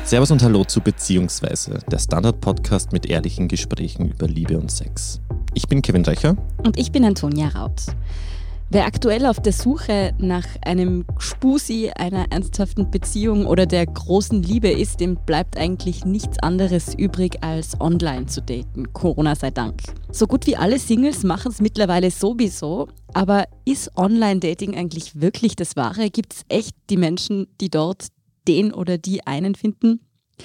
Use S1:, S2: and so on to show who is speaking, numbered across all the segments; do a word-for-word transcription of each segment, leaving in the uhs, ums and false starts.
S1: Servus und Hallo zu Beziehungsweise, der Standard-Podcast mit ehrlichen Gesprächen über Liebe und Sex. Ich bin Kevin Recher.
S2: Und ich bin Antonia Raut. Wer aktuell auf der Suche nach einem Spusi, einer ernsthaften Beziehung oder der großen Liebe ist, dem bleibt eigentlich nichts anderes übrig, als online zu daten. Corona sei Dank. So gut wie alle Singles machen es mittlerweile sowieso. Aber ist Online-Dating eigentlich wirklich das Wahre? Gibt es echt die Menschen, die dort den oder die einen finden?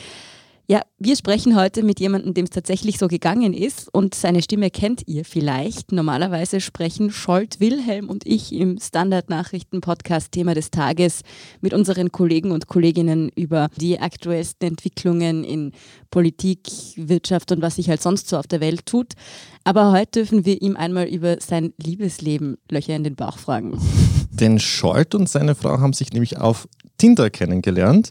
S2: Ja, wir sprechen heute mit jemandem, dem es tatsächlich so gegangen ist, und seine Stimme kennt ihr vielleicht. Normalerweise sprechen Scholt Wilhelm und ich im Standard-Nachrichten-Podcast Thema des Tages mit unseren Kollegen und Kolleginnen über die aktuellsten Entwicklungen in Politik, Wirtschaft und was sich halt sonst so auf der Welt tut. Aber heute dürfen wir ihm einmal über sein Liebesleben Löcher in den Bauch fragen.
S1: Denn Scholt und seine Frau haben sich nämlich auf Tinder kennengelernt.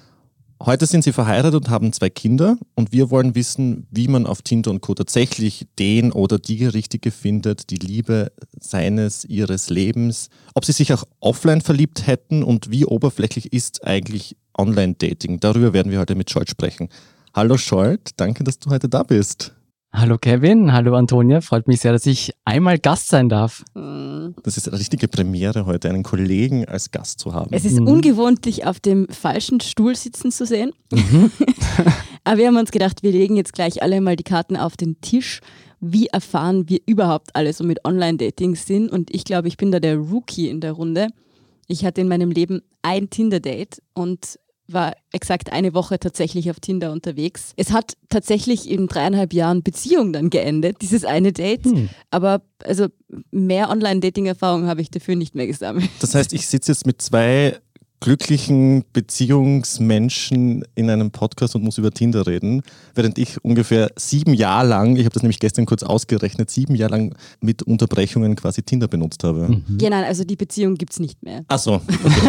S1: Heute sind sie verheiratet und haben zwei Kinder, und wir wollen wissen, wie man auf Tinder und Co. tatsächlich den oder die Richtige findet, die Liebe seines, ihres Lebens, ob sie sich auch offline verliebt hätten und wie oberflächlich ist eigentlich Online-Dating. Darüber werden wir heute mit Scholt sprechen. Hallo Scholt, danke, dass du heute da bist.
S3: Hallo Kevin, hallo Antonia, freut mich sehr, dass ich einmal Gast sein darf.
S1: Das ist eine richtige Premiere heute, einen Kollegen als Gast zu haben.
S2: Es ist mhm. ungewohnt, dich auf dem falschen Stuhl sitzen zu sehen.
S3: Mhm.
S2: Aber wir haben uns gedacht, wir legen jetzt gleich alle mal die Karten auf den Tisch. Wie erfahren wir überhaupt alle so mit Online-Dating sind? Und ich glaube, ich bin da der Rookie in der Runde. Ich hatte in meinem Leben ein Tinder-Date und war exakt eine Woche tatsächlich auf Tinder unterwegs. Es hat tatsächlich in dreieinhalb Jahren Beziehung dann geendet, dieses eine Date. Hm. Aber also mehr Online-Dating-Erfahrung habe ich dafür nicht mehr gesammelt.
S1: Das heißt, ich sitze jetzt mit zwei glücklichen Beziehungsmenschen in einem Podcast und muss über Tinder reden, während ich ungefähr sieben Jahre lang, ich habe das nämlich gestern kurz ausgerechnet, sieben Jahre lang mit Unterbrechungen quasi Tinder benutzt habe.
S3: Mhm.
S2: Ja, nein, also die Beziehung gibt es nicht mehr.
S1: Ach so,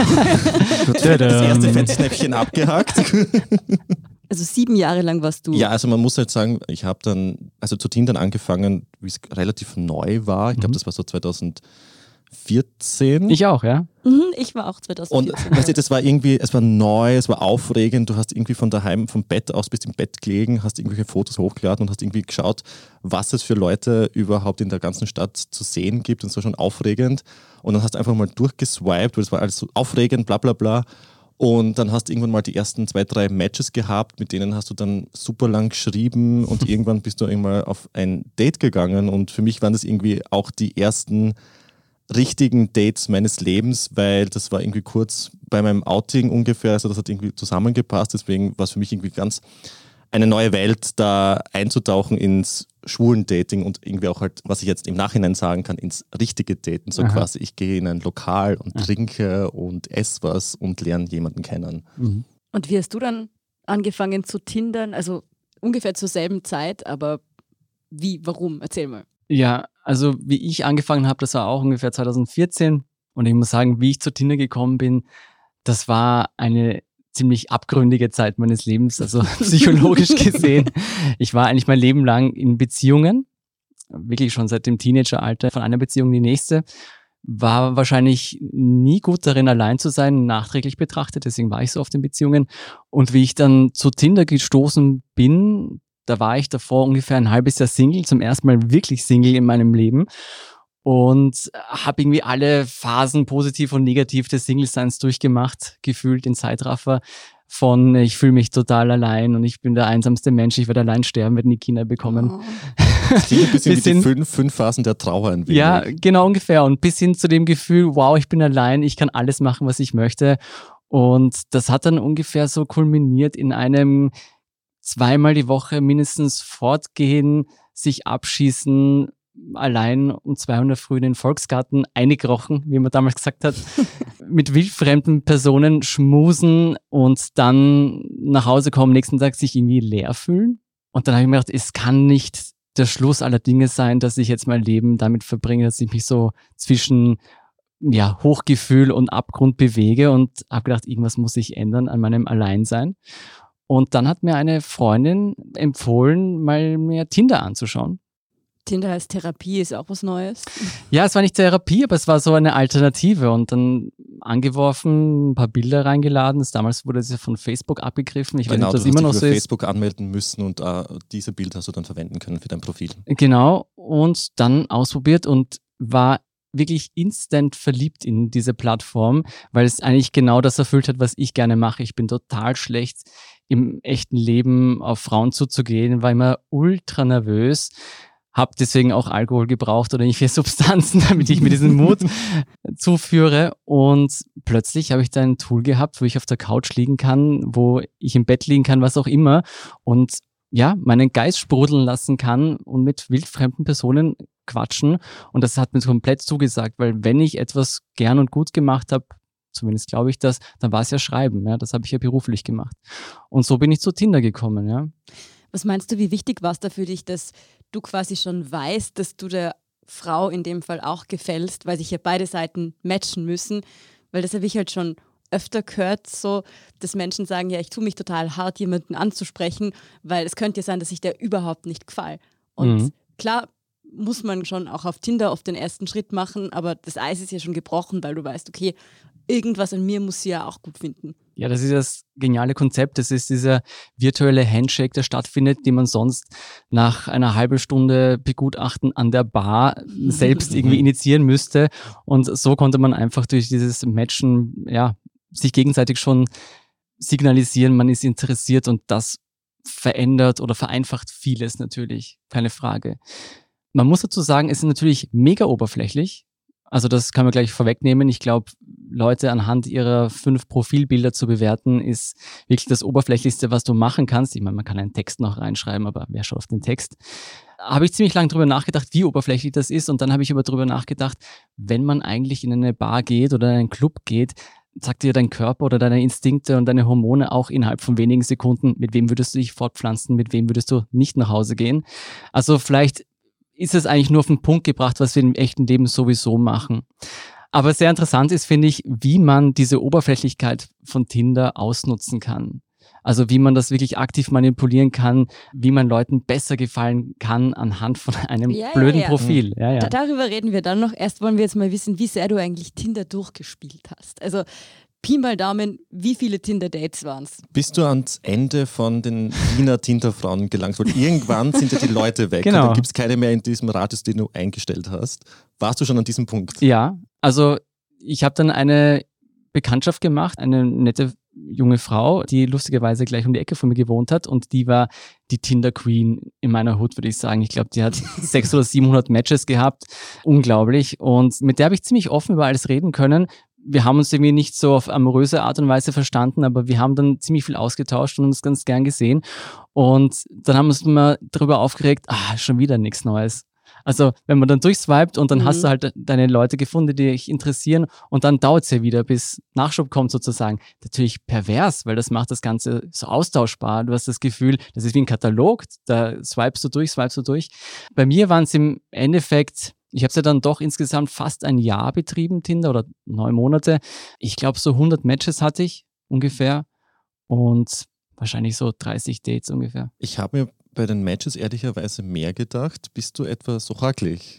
S1: okay. Das erste Fettnäpfchen abgehakt.
S2: Also sieben Jahre lang warst du...
S1: Ja, also man muss halt sagen, ich habe dann, also zu Tinder angefangen, wie es relativ neu war. Ich glaube, das war so zweitausendvierzehn.
S3: Ich auch, ja.
S2: Mhm, ich war auch zweitausendvierzehn.
S1: Und weißt du, das war irgendwie, es war neu, es war aufregend. Du hast irgendwie von daheim, vom Bett aus, bist im Bett gelegen, hast irgendwelche Fotos hochgeladen und hast irgendwie geschaut, was es für Leute überhaupt in der ganzen Stadt zu sehen gibt. Und es war schon aufregend. Und dann hast du einfach mal durchgeswiped, weil es war alles so aufregend, bla bla bla. Und dann hast du irgendwann mal die ersten zwei, drei Matches gehabt, mit denen hast du dann super lang geschrieben und irgendwann bist du irgendwann auf ein Date gegangen. Und für mich waren das irgendwie auch die ersten richtigen Dates meines Lebens, weil das war irgendwie kurz bei meinem Outing ungefähr, also das hat irgendwie zusammengepasst, deswegen war es für mich irgendwie ganz eine neue Welt, da einzutauchen ins schwulen Dating und irgendwie auch halt, was ich jetzt im Nachhinein sagen kann, ins richtige Daten, so Aha. quasi, ich gehe in ein Lokal und Aha. trinke und esse was und lerne jemanden kennen.
S3: Mhm.
S2: Und wie hast du dann angefangen zu tindern, also ungefähr zur selben Zeit, aber wie, warum? Erzähl mal.
S3: Ja, also wie ich angefangen habe, das war auch ungefähr zweitausendvierzehn, und ich muss sagen, wie ich zu Tinder gekommen bin, das war eine ziemlich abgründige Zeit meines Lebens, also psychologisch gesehen. Ich war eigentlich mein Leben lang in Beziehungen, wirklich schon seit dem Teenageralter, von einer Beziehung in die nächste, war wahrscheinlich nie gut darin, allein zu sein, nachträglich betrachtet, deswegen war ich so oft in Beziehungen. Und wie ich dann zu Tinder gestoßen bin, da war ich davor ungefähr ein halbes Jahr Single, zum ersten Mal wirklich Single in meinem Leben, und habe irgendwie alle Phasen, positiv und negativ, des Single-Seins durchgemacht, gefühlt in Zeitraffer von ich fühle mich total allein und ich bin der einsamste Mensch, ich werde allein sterben, werde nie Kinder bekommen.
S2: Oh.
S1: Das klingt ein bisschen bis wie die fünf, fünf Phasen der Trauer ein wenig.
S3: Ja, genau ungefähr, und bis hin zu dem Gefühl, wow, ich bin allein, ich kann alles machen, was ich möchte, und das hat dann ungefähr so kulminiert in einem zweimal die Woche mindestens fortgehen, sich abschießen, allein um zweihundert früh in den Volksgarten eingekrochen, wie man damals gesagt hat, mit wildfremden Personen schmusen und dann nach Hause kommen, nächsten Tag sich irgendwie leer fühlen. Und dann habe ich mir gedacht, es kann nicht der Schluss aller Dinge sein, dass ich jetzt mein Leben damit verbringe, dass ich mich so zwischen ja, Hochgefühl und Abgrund bewege, und habe gedacht, irgendwas muss sich ändern an meinem Alleinsein. Und dann hat mir eine Freundin empfohlen, mal mir Tinder anzuschauen.
S2: Tinder als Therapie ist auch was Neues.
S3: Ja, es war nicht Therapie, aber es war so eine Alternative und dann angeworfen, ein paar Bilder reingeladen. Damals wurde es ja von Facebook abgegriffen. Ich
S1: genau,
S3: weiß nicht, ob das
S1: du
S3: immer
S1: hast
S3: noch
S1: dich
S3: so
S1: über
S3: ist.
S1: Facebook anmelden müssen und äh, diese Bilder hast du dann verwenden können für dein Profil.
S3: Genau, und dann ausprobiert und war wirklich instant verliebt in diese Plattform, weil es eigentlich genau das erfüllt hat, was ich gerne mache. Ich bin total schlecht im echten Leben auf Frauen zuzugehen, war immer ultra nervös, habe deswegen auch Alkohol gebraucht oder irgendwelche Substanzen, damit ich mir diesen Mut zuführe. Und plötzlich habe ich da ein Tool gehabt, wo ich auf der Couch liegen kann, wo ich im Bett liegen kann, was auch immer. Und ja, meinen Geist sprudeln lassen kann und mit wildfremden Personen quatschen. Und das hat mir komplett zugesagt, weil wenn ich etwas gern und gut gemacht habe, zumindest glaube ich das, dann war es ja Schreiben. Ja, das habe ich ja beruflich gemacht. Und so bin ich zu Tinder gekommen. Ja.
S2: Was meinst du, wie wichtig war es da für dich, dass du quasi schon weißt, dass du der Frau in dem Fall auch gefällst, weil sich ja beide Seiten matchen müssen? Weil das habe ich halt schon öfter gehört, so, dass Menschen sagen, ja, ich tue mich total hart, jemanden anzusprechen, weil es könnte ja sein, dass ich der überhaupt nicht gefall. Und
S3: Mhm.
S2: klar muss man schon auch auf Tinder oft den ersten Schritt machen, aber das Eis ist ja schon gebrochen, weil du weißt, okay, irgendwas an mir muss sie ja auch gut finden.
S3: Ja, das ist das geniale Konzept. Das ist dieser virtuelle Handshake, der stattfindet, den man sonst nach einer halben Stunde Begutachten an der Bar selbst irgendwie initiieren müsste. Und so konnte man einfach durch dieses Matchen, ja, sich gegenseitig schon signalisieren, man ist interessiert und das verändert oder vereinfacht vieles natürlich, keine Frage. Man muss dazu sagen, es ist natürlich mega oberflächlich. Also das kann man gleich vorwegnehmen. Ich glaube, Leute anhand ihrer fünf Profilbilder zu bewerten, ist wirklich das Oberflächlichste, was du machen kannst. Ich meine, man kann einen Text noch reinschreiben, aber wer schaut auf den Text? Habe ich ziemlich lange drüber nachgedacht, wie oberflächlich das ist. Und dann habe ich aber drüber nachgedacht, wenn man eigentlich in eine Bar geht oder in einen Club geht, sagt dir dein Körper oder deine Instinkte und deine Hormone auch innerhalb von wenigen Sekunden, mit wem würdest du dich fortpflanzen, mit wem würdest du nicht nach Hause gehen. Also vielleicht ist es eigentlich nur auf den Punkt gebracht, was wir im echten Leben sowieso machen. Aber sehr interessant ist, finde ich, wie man diese Oberflächlichkeit von Tinder ausnutzen kann. Also wie man das wirklich aktiv manipulieren kann, wie man Leuten besser gefallen kann anhand von einem
S2: Ja,
S3: blöden
S2: ja, ja.
S3: Profil. Ja, ja.
S2: Da, darüber reden wir dann noch. Erst wollen wir jetzt mal wissen, wie sehr du eigentlich Tinder durchgespielt hast. Also Pi mal Daumen, wie viele Tinder-Dates waren es?
S1: Bist du ans Ende von den Wiener Tinder-Frauen gelangt? Weil irgendwann sind ja die Leute weg
S3: Genau.
S1: und dann gibt es keine mehr in diesem Radius, den du eingestellt hast. Warst du schon an diesem Punkt?
S3: Ja, also ich habe dann eine Bekanntschaft gemacht, eine nette junge Frau, die lustigerweise gleich um die Ecke von mir gewohnt hat und die war die Tinder-Queen in meiner Hut, würde ich sagen. Ich glaube, die hat sechshundert oder siebenhundert Matches gehabt. Unglaublich. Und mit der habe ich ziemlich offen über alles reden können. Wir haben uns irgendwie nicht so auf amoröse Art und Weise verstanden, aber wir haben dann ziemlich viel ausgetauscht und uns ganz gern gesehen. Und dann haben wir uns immer darüber aufgeregt, ah, schon wieder nichts Neues. Also wenn man dann durchswiped und dann
S2: Mhm.
S3: hast du halt deine Leute gefunden, die dich interessieren und dann dauert es ja wieder, bis Nachschub kommt sozusagen. Natürlich pervers, weil das macht das Ganze so austauschbar. Du hast das Gefühl, das ist wie ein Katalog, da swipest du durch, swipest du durch. Bei mir waren es im Endeffekt, ich habe es ja dann doch insgesamt fast ein Jahr betrieben, Tinder, oder neun Monate. Ich glaube, so hundert Matches hatte ich ungefähr und wahrscheinlich so dreißig Dates ungefähr.
S1: Ich habe mir bei den Matches ehrlicherweise mehr gedacht. Bist du etwa so hakelig?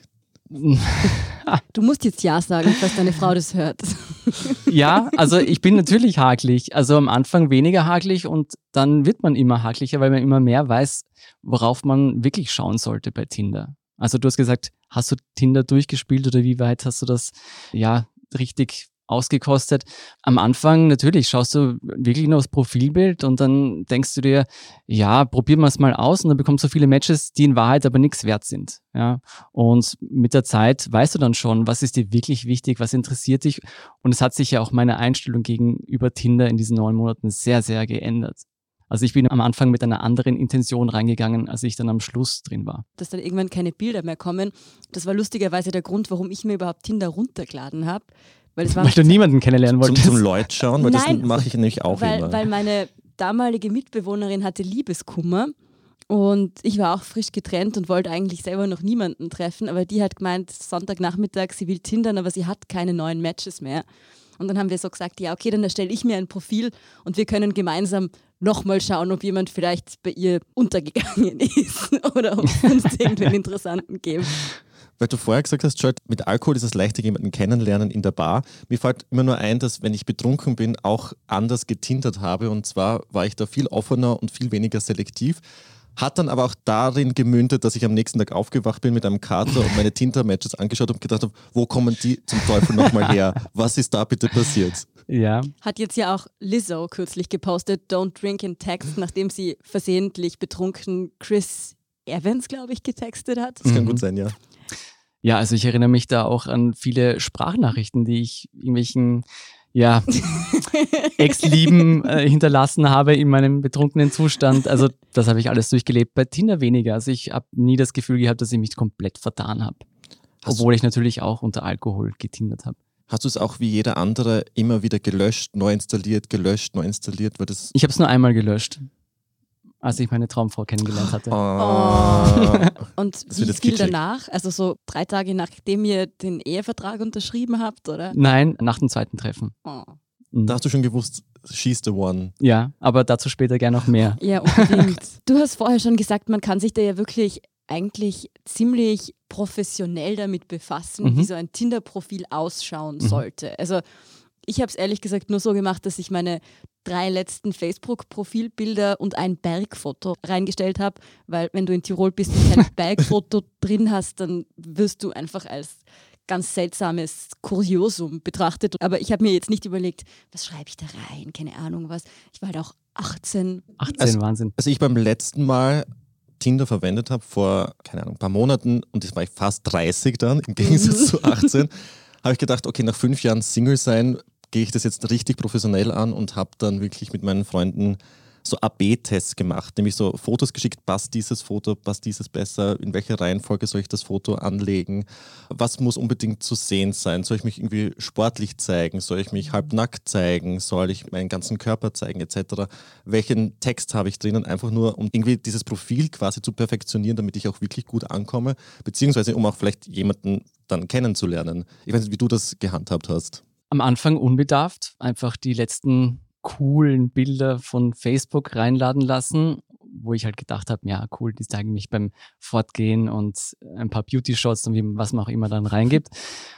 S2: Du musst jetzt Ja sagen, falls deine Frau das hört.
S3: Ja, also ich bin natürlich hakelig. Also am Anfang weniger hakelig und dann wird man immer hakliger, weil man immer mehr weiß, worauf man wirklich schauen sollte bei Tinder. Also du hast gesagt, hast du Tinder durchgespielt oder wie weit hast du das ja richtig ausgekostet? Am Anfang natürlich schaust du wirklich nur aufs Profilbild und dann denkst du dir, ja, probieren wir es mal aus und dann bekommst du viele Matches, die in Wahrheit aber nichts wert sind. Ja? Und mit der Zeit weißt du dann schon, was ist dir wirklich wichtig, was interessiert dich, und es hat sich ja auch meine Einstellung gegenüber Tinder in diesen neun Monaten sehr, sehr geändert. Also ich bin am Anfang mit einer anderen Intention reingegangen, als ich dann am Schluss drin war.
S2: Dass dann irgendwann keine Bilder mehr kommen. Das war lustigerweise der Grund, warum ich mir überhaupt Tinder runtergeladen habe. Weil, es war
S3: Weil du niemanden kennenlernen
S1: Zum,
S3: wolltest.
S1: zum Leute schauen? Weil
S2: Nein,
S1: das mache ich nämlich auch
S2: weil,
S1: immer.
S2: weil meine damalige Mitbewohnerin hatte Liebeskummer und ich war auch frisch getrennt und wollte eigentlich selber noch niemanden treffen, aber die hat gemeint, Sonntagnachmittag, sie will tindern, aber sie hat keine neuen Matches mehr. Und dann haben wir so gesagt, ja okay, dann erstelle ich mir ein Profil und wir können gemeinsam nochmal schauen, ob jemand vielleicht bei ihr untergegangen ist oder ob es sonst irgendeinen Interessanten gibt.
S1: Weil du vorher gesagt hast, Jolt, mit Alkohol ist es leichter, jemanden kennenlernen in der Bar. Mir fällt immer nur ein, dass wenn ich betrunken bin, auch anders getindert habe. Und zwar war ich da viel offener und viel weniger selektiv. Hat dann aber auch darin gemündet, dass ich am nächsten Tag aufgewacht bin mit einem Kater und meine Tinder-Matches angeschaut und gedacht habe, wo kommen die zum Teufel nochmal her? Was ist da bitte passiert?
S3: Ja.
S2: Hat jetzt ja auch Lizzo kürzlich gepostet, Don't Drink and Text, nachdem sie versehentlich betrunken Chris Evans, glaube ich, getextet hat.
S1: Das kann
S3: Mhm.
S1: gut sein, ja.
S3: Ja, also ich erinnere mich da auch an viele Sprachnachrichten, die ich irgendwelchen ja, Ex-Lieben äh, hinterlassen habe in meinem betrunkenen Zustand. Also das habe ich alles durchgelebt. Bei Tinder weniger. Also ich habe nie das Gefühl gehabt, dass ich mich komplett vertan habe.
S1: Hast
S3: Obwohl ich natürlich auch unter Alkohol getindert habe.
S1: Hast du es auch wie jeder andere immer wieder gelöscht, neu installiert, gelöscht, neu installiert? Weil das
S3: Ich habe es nur einmal gelöscht, als ich meine Traumfrau kennengelernt hatte.
S1: Oh.
S2: Und
S1: Das
S2: wie
S1: wird jetzt
S2: viel
S1: kitschig.
S2: danach? Also so drei Tage nachdem ihr den Ehevertrag unterschrieben habt, oder?
S3: Nein, nach dem zweiten Treffen.
S2: Oh.
S3: Mhm.
S1: Da hast du schon gewusst, she's the one.
S3: Ja, aber dazu später gerne noch mehr.
S2: Ja, unbedingt. Du hast vorher schon gesagt, man kann sich da ja wirklich eigentlich ziemlich professionell damit befassen,
S3: Mhm.
S2: wie so ein Tinder-Profil ausschauen
S3: Mhm.
S2: sollte. Also ich habe es ehrlich gesagt nur so gemacht, dass ich meine drei letzten Facebook-Profilbilder und ein Bergfoto reingestellt habe, weil wenn du in Tirol bist und kein Bergfoto drin hast, dann wirst du einfach als ganz seltsames Kuriosum betrachtet. Aber ich habe mir jetzt nicht überlegt, was schreibe ich da rein, keine Ahnung was. Ich war halt auch achtzehn.
S3: achtzehn,
S1: Also-
S3: Wahnsinn.
S1: Als ich beim letzten Mal Tinder verwendet habe, vor, keine Ahnung, ein paar Monaten, und das war ich fast dreißig dann, im Gegensatz zu achtzehn, habe ich gedacht, okay, nach fünf Jahren Single sein, gehe ich das jetzt richtig professionell an und habe dann wirklich mit meinen Freunden so A B Tests gemacht, nämlich so Fotos geschickt, passt dieses Foto, passt dieses besser, in welcher Reihenfolge soll ich das Foto anlegen, was muss unbedingt zu sehen sein, soll ich mich irgendwie sportlich zeigen, soll ich mich halbnackt zeigen, soll ich meinen ganzen Körper zeigen et cetera. Welchen Text habe ich drinnen, einfach nur um irgendwie dieses Profil quasi zu perfektionieren, damit ich auch wirklich gut ankomme, beziehungsweise um auch vielleicht jemanden dann kennenzulernen. Ich weiß nicht, wie du das gehandhabt hast.
S3: Am Anfang unbedarft, einfach die letzten coolen Bilder von Facebook reinladen lassen, wo ich halt gedacht habe, ja cool, die zeigen mich beim Fortgehen und ein paar Beauty-Shots und wie, was man auch immer dann reingibt.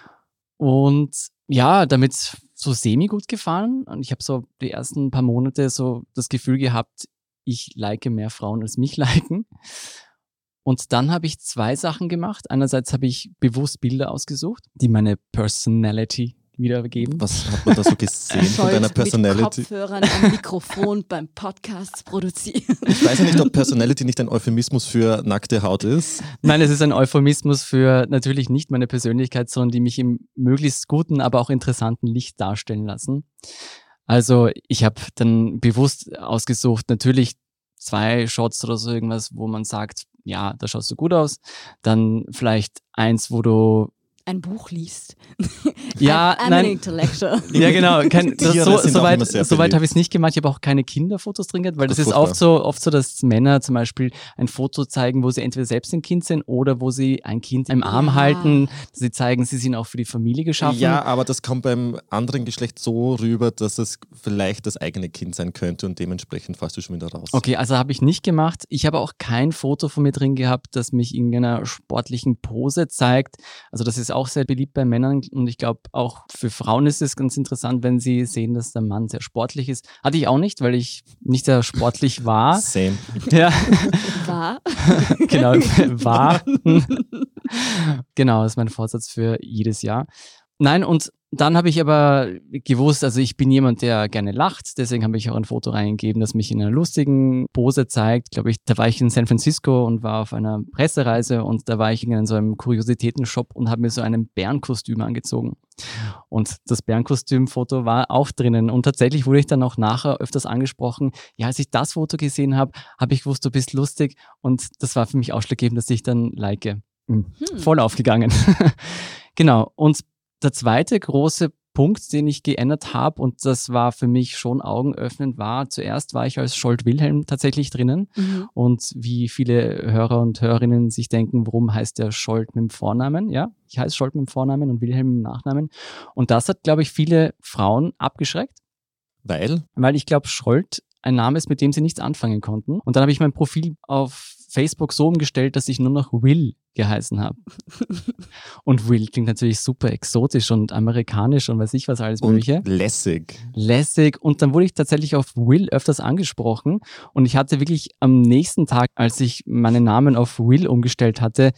S3: Und ja, damit so semi gut gefallen. Und ich habe so die ersten paar Monate so das Gefühl gehabt, ich like mehr Frauen als mich liken. Und dann habe ich zwei Sachen gemacht. Einerseits habe ich bewusst Bilder ausgesucht, die meine Personality wiedergeben.
S1: Was hat man da so gesehen von
S2: Scholz
S1: deiner
S2: mit
S1: Personality?
S2: Kopfhörern am Mikrofon beim Podcast produzieren.
S1: Ich weiß ja nicht, ob Personality nicht ein Euphemismus für nackte Haut ist.
S3: Nein, es ist ein Euphemismus für natürlich nicht meine Persönlichkeit, sondern die mich im möglichst guten, aber auch interessanten Licht darstellen lassen. Also ich habe dann bewusst ausgesucht, natürlich zwei Shots oder so irgendwas, wo man sagt, ja, da schaust du gut aus. Dann vielleicht eins, wo du
S2: Ein Buch liest.
S3: Ja,
S2: I'm, I'm
S3: nein.
S2: an intellectual.
S3: Ja, genau. Kein, das,
S1: Tiere
S3: so
S1: sind auch
S3: soweit
S1: immer sehr
S3: soweit
S1: beliebt.
S3: habe ich es nicht gemacht. Ich habe auch keine Kinderfotos drin gehabt, weil das,
S1: Das ist
S3: ist oft so, oft so, dass Männer zum Beispiel ein Foto zeigen, wo sie entweder selbst ein Kind sind oder wo sie ein Kind im Arm
S2: Ja.
S3: halten. Sie zeigen, sie sind auch für die Familie geschaffen.
S1: Ja, aber das kommt beim anderen Geschlecht so rüber, dass es vielleicht das eigene Kind sein könnte und dementsprechend fällst du schon wieder raus.
S3: Okay, also habe ich nicht gemacht. Ich habe auch kein Foto von mir drin gehabt, das mich in einer sportlichen Pose zeigt. Also das ist auch sehr beliebt bei Männern und ich glaube auch für Frauen ist es ganz interessant, wenn sie sehen, dass der Mann sehr sportlich ist. Hatte ich auch nicht, weil ich nicht sehr sportlich war.
S1: Same.
S3: Ja,
S2: War.
S3: genau, war. Genau, das ist mein Vorsatz für jedes Jahr. Nein, und dann habe ich aber gewusst, also ich bin jemand, der gerne lacht, deswegen habe ich auch ein Foto reingegeben, das mich in einer lustigen Pose zeigt. Glaube ich, da war ich in San Francisco und war auf einer Pressereise und da war ich in so einem Kuriositätenshop und habe mir so ein Bärenkostüm angezogen. Und das Bärenkostümfoto war auch drinnen und tatsächlich wurde ich dann auch nachher öfters angesprochen. Ja, als ich das Foto gesehen habe, habe ich gewusst, du bist lustig und das war für mich ausschlaggebend, dass ich dann like. Hm.
S2: Hm.
S3: Voll aufgegangen. Genau, und der zweite große Punkt, den ich geändert habe, und das war für mich schon augenöffnend, war, zuerst war ich als Scholt Wilhelm tatsächlich drinnen.
S2: Mhm.
S3: Und wie viele Hörer und Hörerinnen sich denken, warum heißt der Scholt mit dem Vornamen? Ja, ich heiße Scholt mit dem Vornamen und Wilhelm mit dem Nachnamen. Und das hat, glaube ich, viele Frauen abgeschreckt,
S1: Weil?
S3: weil ich glaube, Scholt ein Name ist, mit dem sie nichts anfangen konnten. Und dann habe ich mein Profil auf Facebook so umgestellt, dass ich nur noch Will geheißen habe. Und Will klingt natürlich super exotisch und amerikanisch und weiß ich was alles mögliche.
S1: Und lässig.
S3: Lässig. Und dann wurde ich tatsächlich auf Will öfters angesprochen. Und ich hatte wirklich am nächsten Tag, als ich meinen Namen auf Will umgestellt hatte,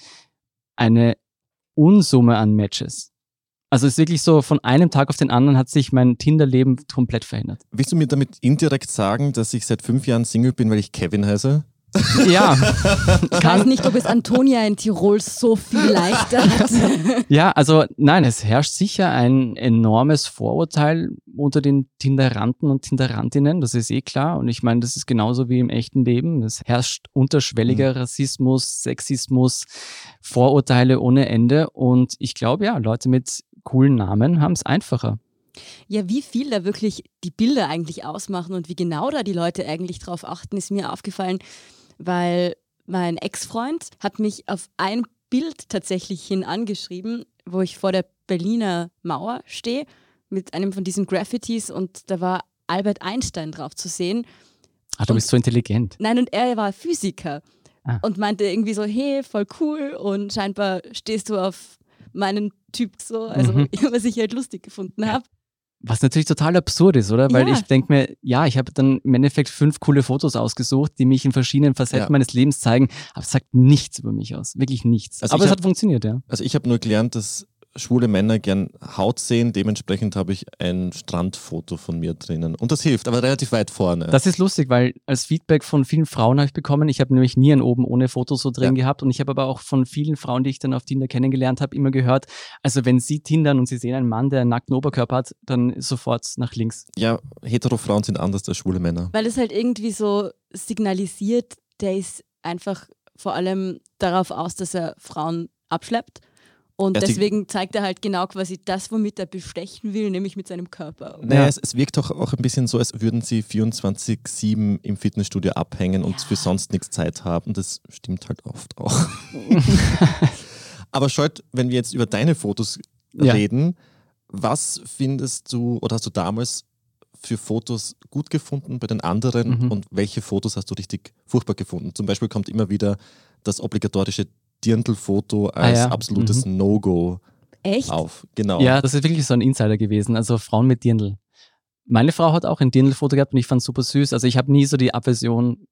S3: eine Unsumme an Matches. Also es ist wirklich so, von einem Tag auf den anderen hat sich mein Tinder-Leben komplett verändert.
S1: Willst du mir damit indirekt sagen, dass ich seit fünf Jahren Single bin, weil ich Kevin heiße?
S3: Ja.
S2: Ich weiß nicht, ob es Antonia in Tirol so viel leichter hat.
S3: Ja, also nein, es herrscht sicher ein enormes Vorurteil unter den Tinderanten und Tinderantinnen, das ist eh klar. Und ich meine, das ist genauso wie im echten Leben. Es herrscht unterschwelliger Rassismus, Sexismus, Vorurteile ohne Ende. Und ich glaube, ja, Leute mit coolen Namen haben es einfacher.
S2: Ja, wie viel da wirklich die Bilder eigentlich ausmachen und wie genau da die Leute eigentlich drauf achten, ist mir aufgefallen, weil mein Ex-Freund hat mich auf ein Bild tatsächlich hin angeschrieben, wo ich vor der Berliner Mauer stehe mit einem von diesen Graffitis und da war Albert Einstein drauf zu sehen.
S3: Ach, du bist so intelligent.
S2: Nein, und er war Physiker
S3: ah.
S2: und meinte irgendwie so, hey, voll cool und scheinbar stehst du auf meinen Typ so, also
S3: Mhm.
S2: was ich halt lustig gefunden habe.
S3: Was natürlich total absurd ist, oder? Weil
S2: Ja.
S3: ich denke mir, ja, ich habe dann im Endeffekt fünf coole Fotos ausgesucht, die mich in verschiedenen Facetten
S1: Ja.
S3: meines Lebens zeigen, aber es sagt nichts über mich aus. Wirklich nichts.
S1: Also
S3: aber
S1: ich
S3: es
S1: hab-
S3: hat funktioniert, ja.
S1: Also ich habe nur gelernt, dass schwule Männer gern Haut sehen, dementsprechend habe ich ein Strandfoto von mir drinnen. Und das hilft, aber relativ weit vorne.
S3: Das ist lustig, weil als Feedback von vielen Frauen habe ich bekommen, ich habe nämlich nie ein oben ohne Foto so drin
S1: Ja.
S3: gehabt und ich habe aber auch von vielen Frauen, die ich dann auf Tinder kennengelernt habe, immer gehört, also wenn sie tindern und sie sehen einen Mann, der einen nackten Oberkörper hat, dann sofort nach links.
S1: Ja, hetero Frauen sind anders als schwule Männer.
S2: Weil es halt irgendwie so signalisiert, der ist einfach vor allem darauf aus, dass er Frauen abschleppt. Und
S1: Ja, die-
S2: deswegen zeigt er halt genau quasi das, womit er bestechen will, nämlich mit seinem Körper.
S1: Naja,
S3: Ja.
S1: es, es wirkt auch, auch ein bisschen so, als würden sie vierundzwanzig sieben im Fitnessstudio abhängen und
S2: Ja.
S1: für sonst nichts Zeit haben. Und das stimmt halt oft auch. Aber Scholt, wenn wir jetzt über deine Fotos
S3: Ja.
S1: reden, was findest du oder hast du damals für Fotos gut gefunden bei den anderen
S3: Mhm.
S1: und welche Fotos hast du richtig furchtbar gefunden? Zum Beispiel kommt immer wieder das obligatorische Dirndl-Foto als
S3: Ah ja,
S1: absolutes No-Go
S2: Echt?
S1: auf. Genau.
S3: Ja, das ist wirklich so ein Insider gewesen. Also Frauen mit Dirndl. Meine Frau hat auch ein Dirndl-Foto gehabt und ich fand es super süß. Also ich habe nie so die Aversion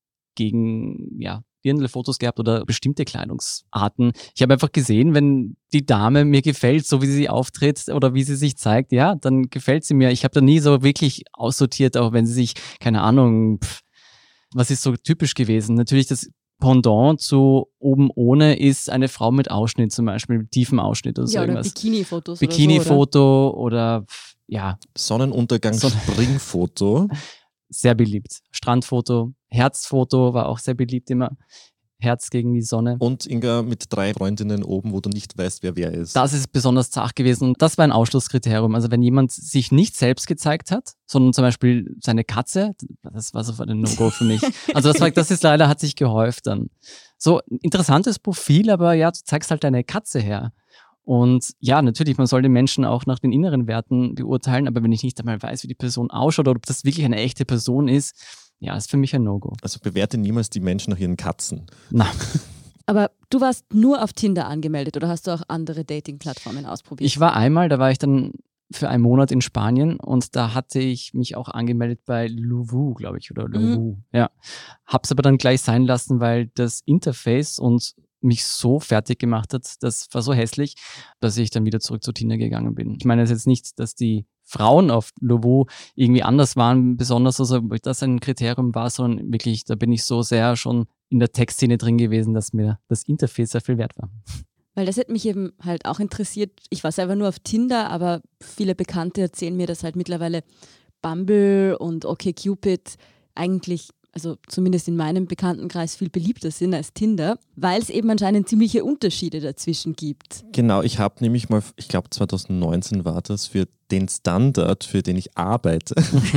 S3: gegen ja, Dirndl-Fotos gehabt oder bestimmte Kleidungsarten. Ich habe einfach gesehen, wenn die Dame mir gefällt, so wie sie auftritt oder wie sie sich zeigt, ja, dann gefällt sie mir. Ich habe da nie so wirklich aussortiert, auch wenn sie sich, keine Ahnung, pff, was ist so typisch gewesen? Natürlich das Pendant zu oben ohne ist eine Frau mit Ausschnitt zum Beispiel, mit tiefem Ausschnitt oder so
S2: Ja, oder
S3: irgendwas.
S2: Bikini-Fotos. oder so, oder?
S3: Bikini-Foto oder, pf, ja,
S1: Sonnenuntergang
S3: Sonne-
S1: Springfoto.
S3: sehr beliebt. Strandfoto, Herzfoto war auch sehr beliebt immer. Herz gegen die Sonne.
S1: Und Inga mit drei Freundinnen oben, wo du nicht weißt, wer wer ist.
S3: Das ist besonders zart gewesen und das war ein Ausschlusskriterium. Also wenn jemand sich nicht selbst gezeigt hat, sondern zum Beispiel seine Katze, das war sofort ein No-Go für mich. Also das, war, das ist leider, hat sich gehäuft dann. So, interessantes Profil, aber ja, du zeigst halt deine Katze her. Und ja, natürlich, man soll den Menschen auch nach den inneren Werten beurteilen, aber wenn ich nicht einmal weiß, wie die Person ausschaut oder ob das wirklich eine echte Person ist, ja, ist für mich ein No-Go.
S1: Also bewerte niemals die Menschen nach ihren Katzen.
S3: Na,
S2: Aber du warst nur auf Tinder angemeldet oder hast du auch andere Dating-Plattformen ausprobiert?
S3: ich war einmal, da war ich dann für einen Monat in Spanien und da hatte ich mich auch angemeldet bei Luvu, glaube ich, oder Luvu. Ja. Hab's aber dann gleich sein lassen, weil das Interface und mich so fertig gemacht hat, das war so hässlich, dass ich dann wieder zurück zu Tinder gegangen bin. Ich meine es ist jetzt nicht, dass die Frauen auf Luvu irgendwie anders waren, besonders, also ob das ein Kriterium war, sondern wirklich, da bin ich so sehr schon in der Tech-Szene drin gewesen, dass mir das Interface sehr viel wert war.
S2: Weil das hätte mich eben halt auch interessiert. Ich war selber nur auf Tinder, aber viele Bekannte erzählen mir, dass halt mittlerweile Bumble und OkCupid eigentlich, also zumindest in meinem Bekanntenkreis, viel beliebter sind als Tinder, weil es eben anscheinend ziemliche Unterschiede dazwischen gibt.
S1: Genau, ich habe nämlich mal, ich glaube zwanzig neunzehn war das, für den Standard, für den ich arbeite,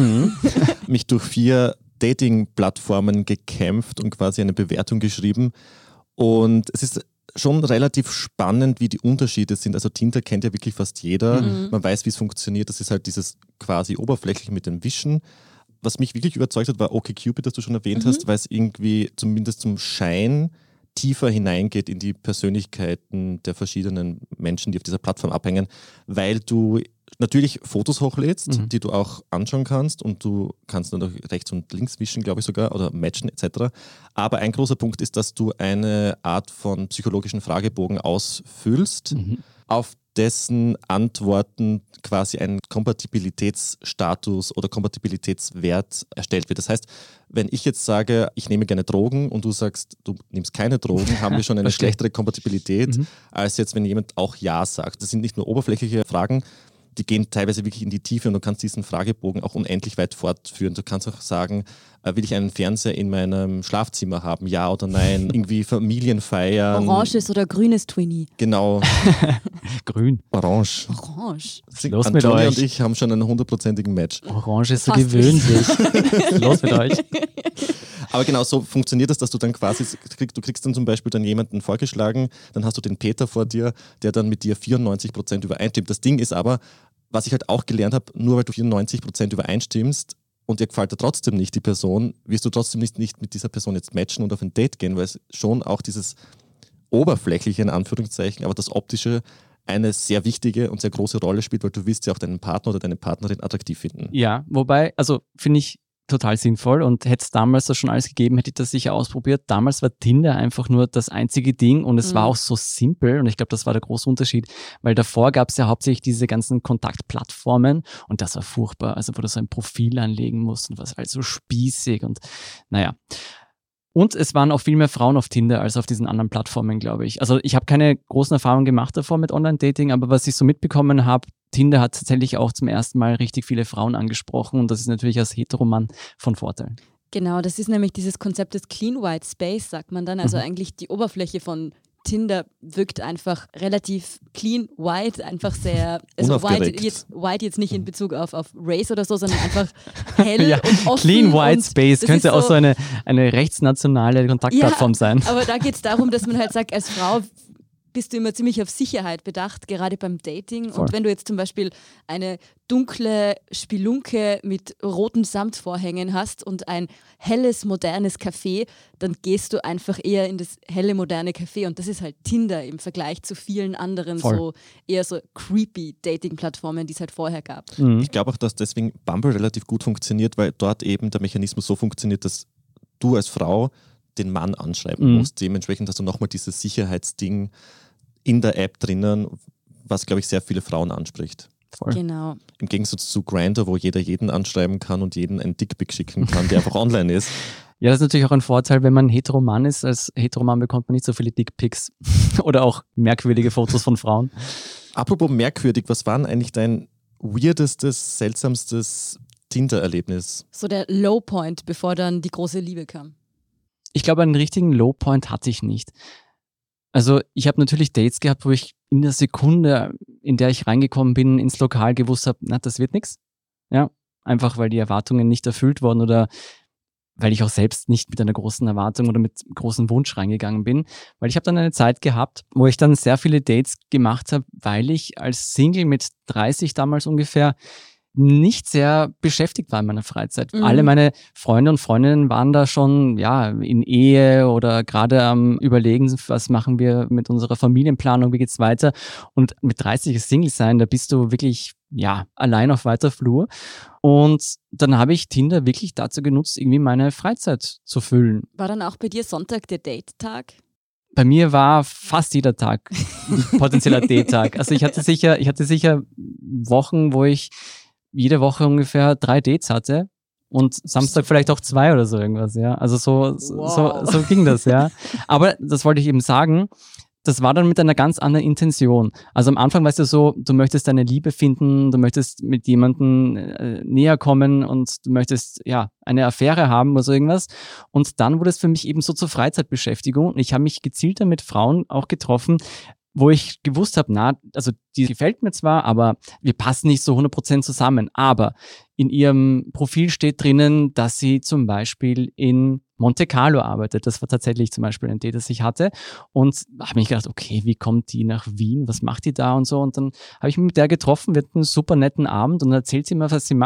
S1: mich durch vier Dating-Plattformen gekämpft und quasi eine Bewertung geschrieben. Und es ist schon relativ spannend, wie die Unterschiede sind. Also Tinder kennt ja wirklich fast jeder.
S2: Mhm.
S1: Man weiß, wie es funktioniert. Das ist halt dieses quasi oberflächlich mit dem Wischen. was mich wirklich überzeugt hat, war OkCupid, das du schon erwähnt
S2: Mhm.
S1: hast, weil es irgendwie zumindest zum Schein tiefer hineingeht in die Persönlichkeiten der verschiedenen Menschen, die auf dieser Plattform abhängen, weil du natürlich Fotos hochlädst,
S3: Mhm.
S1: die du auch anschauen kannst und du kannst dann auch rechts und links wischen, glaube ich sogar, oder matchen et cetera. Aber ein großer Punkt ist, dass du eine Art von psychologischen Fragebogen ausfüllst,
S3: Mhm.
S1: auf dessen Antworten quasi ein Kompatibilitätsstatus oder Kompatibilitätswert erstellt wird. Das heißt, wenn ich jetzt sage, ich nehme gerne Drogen und du sagst, du nimmst keine Drogen, haben wir schon eine
S3: Verstehe.
S1: schlechtere Kompatibilität,
S3: Mhm.
S1: als jetzt, wenn jemand auch Ja sagt. Das sind nicht nur oberflächliche Fragen, die gehen teilweise wirklich in die Tiefe und du kannst diesen Fragebogen auch unendlich weit fortführen. Du kannst auch sagen, äh, will ich einen Fernseher in meinem Schlafzimmer haben, ja oder nein, irgendwie Familienfeiern.
S2: Oranges oder grünes Twinnie?
S1: Genau,
S3: Grün.
S1: orange.
S2: Orange.
S3: Los mit
S1: Antonia
S3: euch.
S1: und ich haben schon einen hundertprozentigen Match.
S3: Orange ist so
S2: Fast
S3: gewöhnlich. Los mit euch.
S1: Aber genau so funktioniert es, dass du dann quasi, du kriegst dann zum Beispiel dann jemanden vorgeschlagen, dann hast du den Peter vor dir, der dann mit dir vierundneunzig Prozent übereinstimmt. Das Ding ist aber, was ich halt auch gelernt habe, nur weil du vierundneunzig Prozent übereinstimmst und dir gefällt da trotzdem nicht die Person, wirst du trotzdem nicht, nicht mit dieser Person jetzt matchen und auf ein Date gehen, weil es schon auch dieses oberflächliche, in Anführungszeichen, aber das optische eine sehr wichtige und sehr große Rolle spielt, weil du willst ja auch deinen Partner oder deine Partnerin attraktiv finden.
S3: Ja, wobei, also finde ich total sinnvoll und hätte es damals das schon alles gegeben, hätte ich das sicher ausprobiert. Damals war Tinder einfach nur das einzige Ding und es
S2: Mhm.
S3: war auch so simpel und ich glaube, das war der große Unterschied, weil davor gab es ja hauptsächlich diese ganzen Kontaktplattformen und das war furchtbar, also wo du so ein Profil anlegen musst und was halt so spießig und naja. Und es waren auch viel mehr Frauen auf Tinder als auf diesen anderen Plattformen, glaube ich. Also ich habe keine großen Erfahrungen gemacht davor mit Online-Dating, aber was ich so mitbekommen habe, Tinder hat tatsächlich auch zum ersten Mal richtig viele Frauen angesprochen und das ist natürlich als Heteromann von Vorteil.
S2: Genau, das ist nämlich dieses Konzept des Clean White Space, sagt man dann. Also
S3: Mhm.
S2: eigentlich die Oberfläche von Tinder wirkt einfach relativ clean white, einfach sehr, also white
S1: Unaufgeregt.
S2: jetzt, white jetzt nicht in Bezug auf, auf Race oder so, sondern einfach hell
S3: Ja,
S2: und offen.
S3: Clean White
S2: und
S3: Space
S2: das
S3: könnte
S2: ist
S3: auch so eine, eine rechtsnationale Kontaktplattform sein.
S2: Aber da geht es darum, dass man halt sagt, als Frau bist du immer ziemlich auf Sicherheit bedacht, gerade beim Dating.
S3: Voll.
S2: Und wenn du jetzt zum Beispiel eine dunkle Spelunke mit roten Samtvorhängen hast und ein helles, modernes Café, dann gehst du einfach eher in das helle, moderne Café. Und das ist halt Tinder im Vergleich zu vielen anderen
S3: Voll.
S2: so eher so creepy Dating-Plattformen, die es halt vorher gab.
S3: Mhm.
S1: Ich glaube auch, dass deswegen Bumble relativ gut funktioniert, weil dort eben der Mechanismus so funktioniert, dass du als Frau den Mann anschreiben
S3: Mhm.
S1: musst. Dementsprechend hast du nochmal dieses Sicherheitsding in der App drinnen, was, glaube ich, sehr viele Frauen anspricht.
S3: Voll.
S2: Genau.
S1: Im Gegensatz zu Grindr, wo jeder jeden anschreiben kann und jeden einen Dickpick schicken kann, der einfach online ist.
S3: Ja, das ist natürlich auch ein Vorteil, wenn man Heteroman ist. Als Heteroman bekommt man nicht so viele Dickpics oder auch merkwürdige Fotos von Frauen.
S1: Apropos merkwürdig, was war denn eigentlich dein weirdestes, seltsamstes Tinder-Erlebnis?
S2: So der Low Point, bevor dann die große Liebe kam.
S3: Ich glaube, einen richtigen Lowpoint hatte ich nicht. Also ich habe natürlich Dates gehabt, wo ich in der Sekunde, in der ich reingekommen bin, ins Lokal gewusst habe, na, das wird nichts. Ja, einfach weil die Erwartungen nicht erfüllt wurden oder weil ich auch selbst nicht mit einer großen Erwartung oder mit großem Wunsch reingegangen bin. Weil ich habe dann eine Zeit gehabt, wo ich dann sehr viele Dates gemacht habe, weil ich als Single mit dreißig damals ungefähr nicht sehr beschäftigt war in meiner Freizeit.
S2: Mhm.
S3: Alle meine Freunde und Freundinnen waren da schon ja in Ehe oder gerade am Überlegen, was machen wir mit unserer Familienplanung, wie geht's weiter. Und mit dreißig ist Single sein, da bist du wirklich ja allein auf weiter Flur. Und dann habe ich Tinder wirklich dazu genutzt, irgendwie meine Freizeit zu füllen.
S2: War dann auch bei dir Sonntag der Date-Tag?
S3: Bei mir war fast jeder Tag ein potenzieller Date-Tag. Also ich hatte sicher, ich hatte sicher Wochen, wo ich jede Woche ungefähr drei Dates hatte und Samstag vielleicht auch zwei oder so irgendwas, ja. Also so,
S2: Wow.
S3: so, so ging das, ja. Aber das wollte ich eben sagen, das war dann mit einer ganz anderen Intention. Also am Anfang weißt du so, du möchtest deine Liebe finden, du möchtest mit jemandem äh, näher kommen und du möchtest ja eine Affäre haben oder so irgendwas. Und dann wurde es für mich eben so zur Freizeitbeschäftigung. Und ich habe mich gezielter mit Frauen auch getroffen, wo ich gewusst habe, na, also die gefällt mir zwar, aber wir passen nicht so hundert Prozent zusammen. Aber in ihrem Profil steht drinnen, dass sie zum Beispiel in Monte Carlo arbeitet. Das war tatsächlich zum Beispiel ein Date, das ich hatte. Und habe mich gedacht, okay, wie kommt die nach Wien? Was macht die da und so? Und dann habe ich mich mit der getroffen, wir hatten einen super netten Abend und dann erzählt sie mir, was sie macht.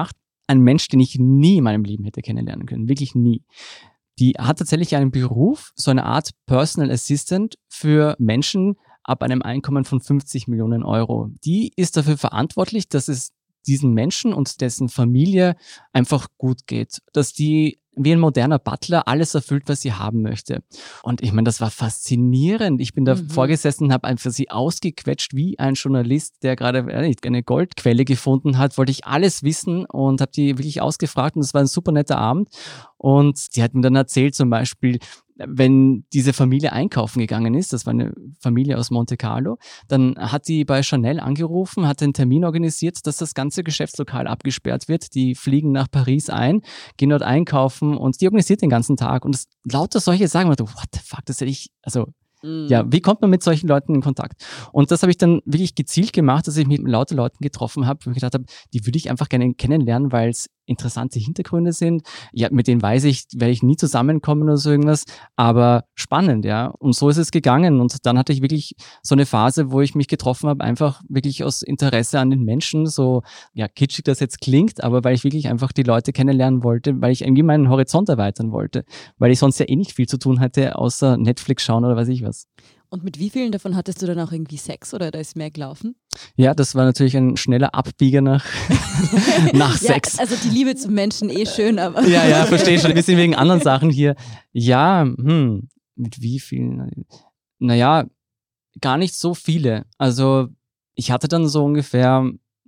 S3: ein Mensch, den ich nie in meinem Leben hätte kennenlernen können, wirklich nie. Die hat tatsächlich einen Beruf, so eine Art Personal Assistant für Menschen ab einem Einkommen von fünfzig Millionen Euro. Die ist dafür verantwortlich, dass es diesen Menschen und dessen Familie einfach gut geht, dass die wie ein moderner Butler alles erfüllt, was sie haben möchte. Und ich meine, das war faszinierend. Ich bin da mhm. vorgesessen und habe einfach sie ausgequetscht wie ein Journalist, der gerade eine Goldquelle gefunden hat, wollte ich alles wissen und habe die wirklich ausgefragt und es war ein super netter Abend. Und die hat mir dann erzählt zum Beispiel, wenn diese Familie einkaufen gegangen ist, das war eine Familie aus Monte Carlo, dann hat die bei Chanel angerufen, hat einen Termin organisiert, dass das ganze Geschäftslokal abgesperrt wird. Die fliegen nach Paris ein, gehen dort einkaufen und die organisiert den ganzen Tag. Und das, lauter solche Sachen, what the fuck, das hätte ich, also ja, wie kommt man mit solchen Leuten in Kontakt? Und das habe ich dann wirklich gezielt gemacht, dass ich mich mit lauter Leuten getroffen habe, wo ich gedacht habe, die würde ich einfach gerne kennenlernen, weil es interessante Hintergründe sind. Ja, mit denen weiß ich, werde ich nie zusammenkommen oder so irgendwas, aber spannend, ja. Und so ist es gegangen. Und dann hatte ich wirklich so eine Phase, wo ich mich getroffen habe, einfach wirklich aus Interesse an den Menschen, so, ja, kitschig das jetzt klingt, aber weil ich wirklich einfach die Leute kennenlernen wollte, weil ich irgendwie meinen Horizont erweitern wollte, weil ich sonst ja eh nicht viel zu tun hatte, außer Netflix schauen oder weiß ich was.
S2: Und mit wie vielen davon hattest du dann auch irgendwie Sex oder da ist mehr gelaufen?
S3: Ja, das war natürlich ein schneller Abbieger nach, nach
S2: ja,
S3: Sex.
S2: Also die Liebe zum Menschen eh schön, aber...
S3: Ja, ja, verstehe schon. Wir sind wegen anderen Sachen hier. Ja, hm, mit wie vielen? Naja, gar nicht so viele. Also ich hatte dann so ungefähr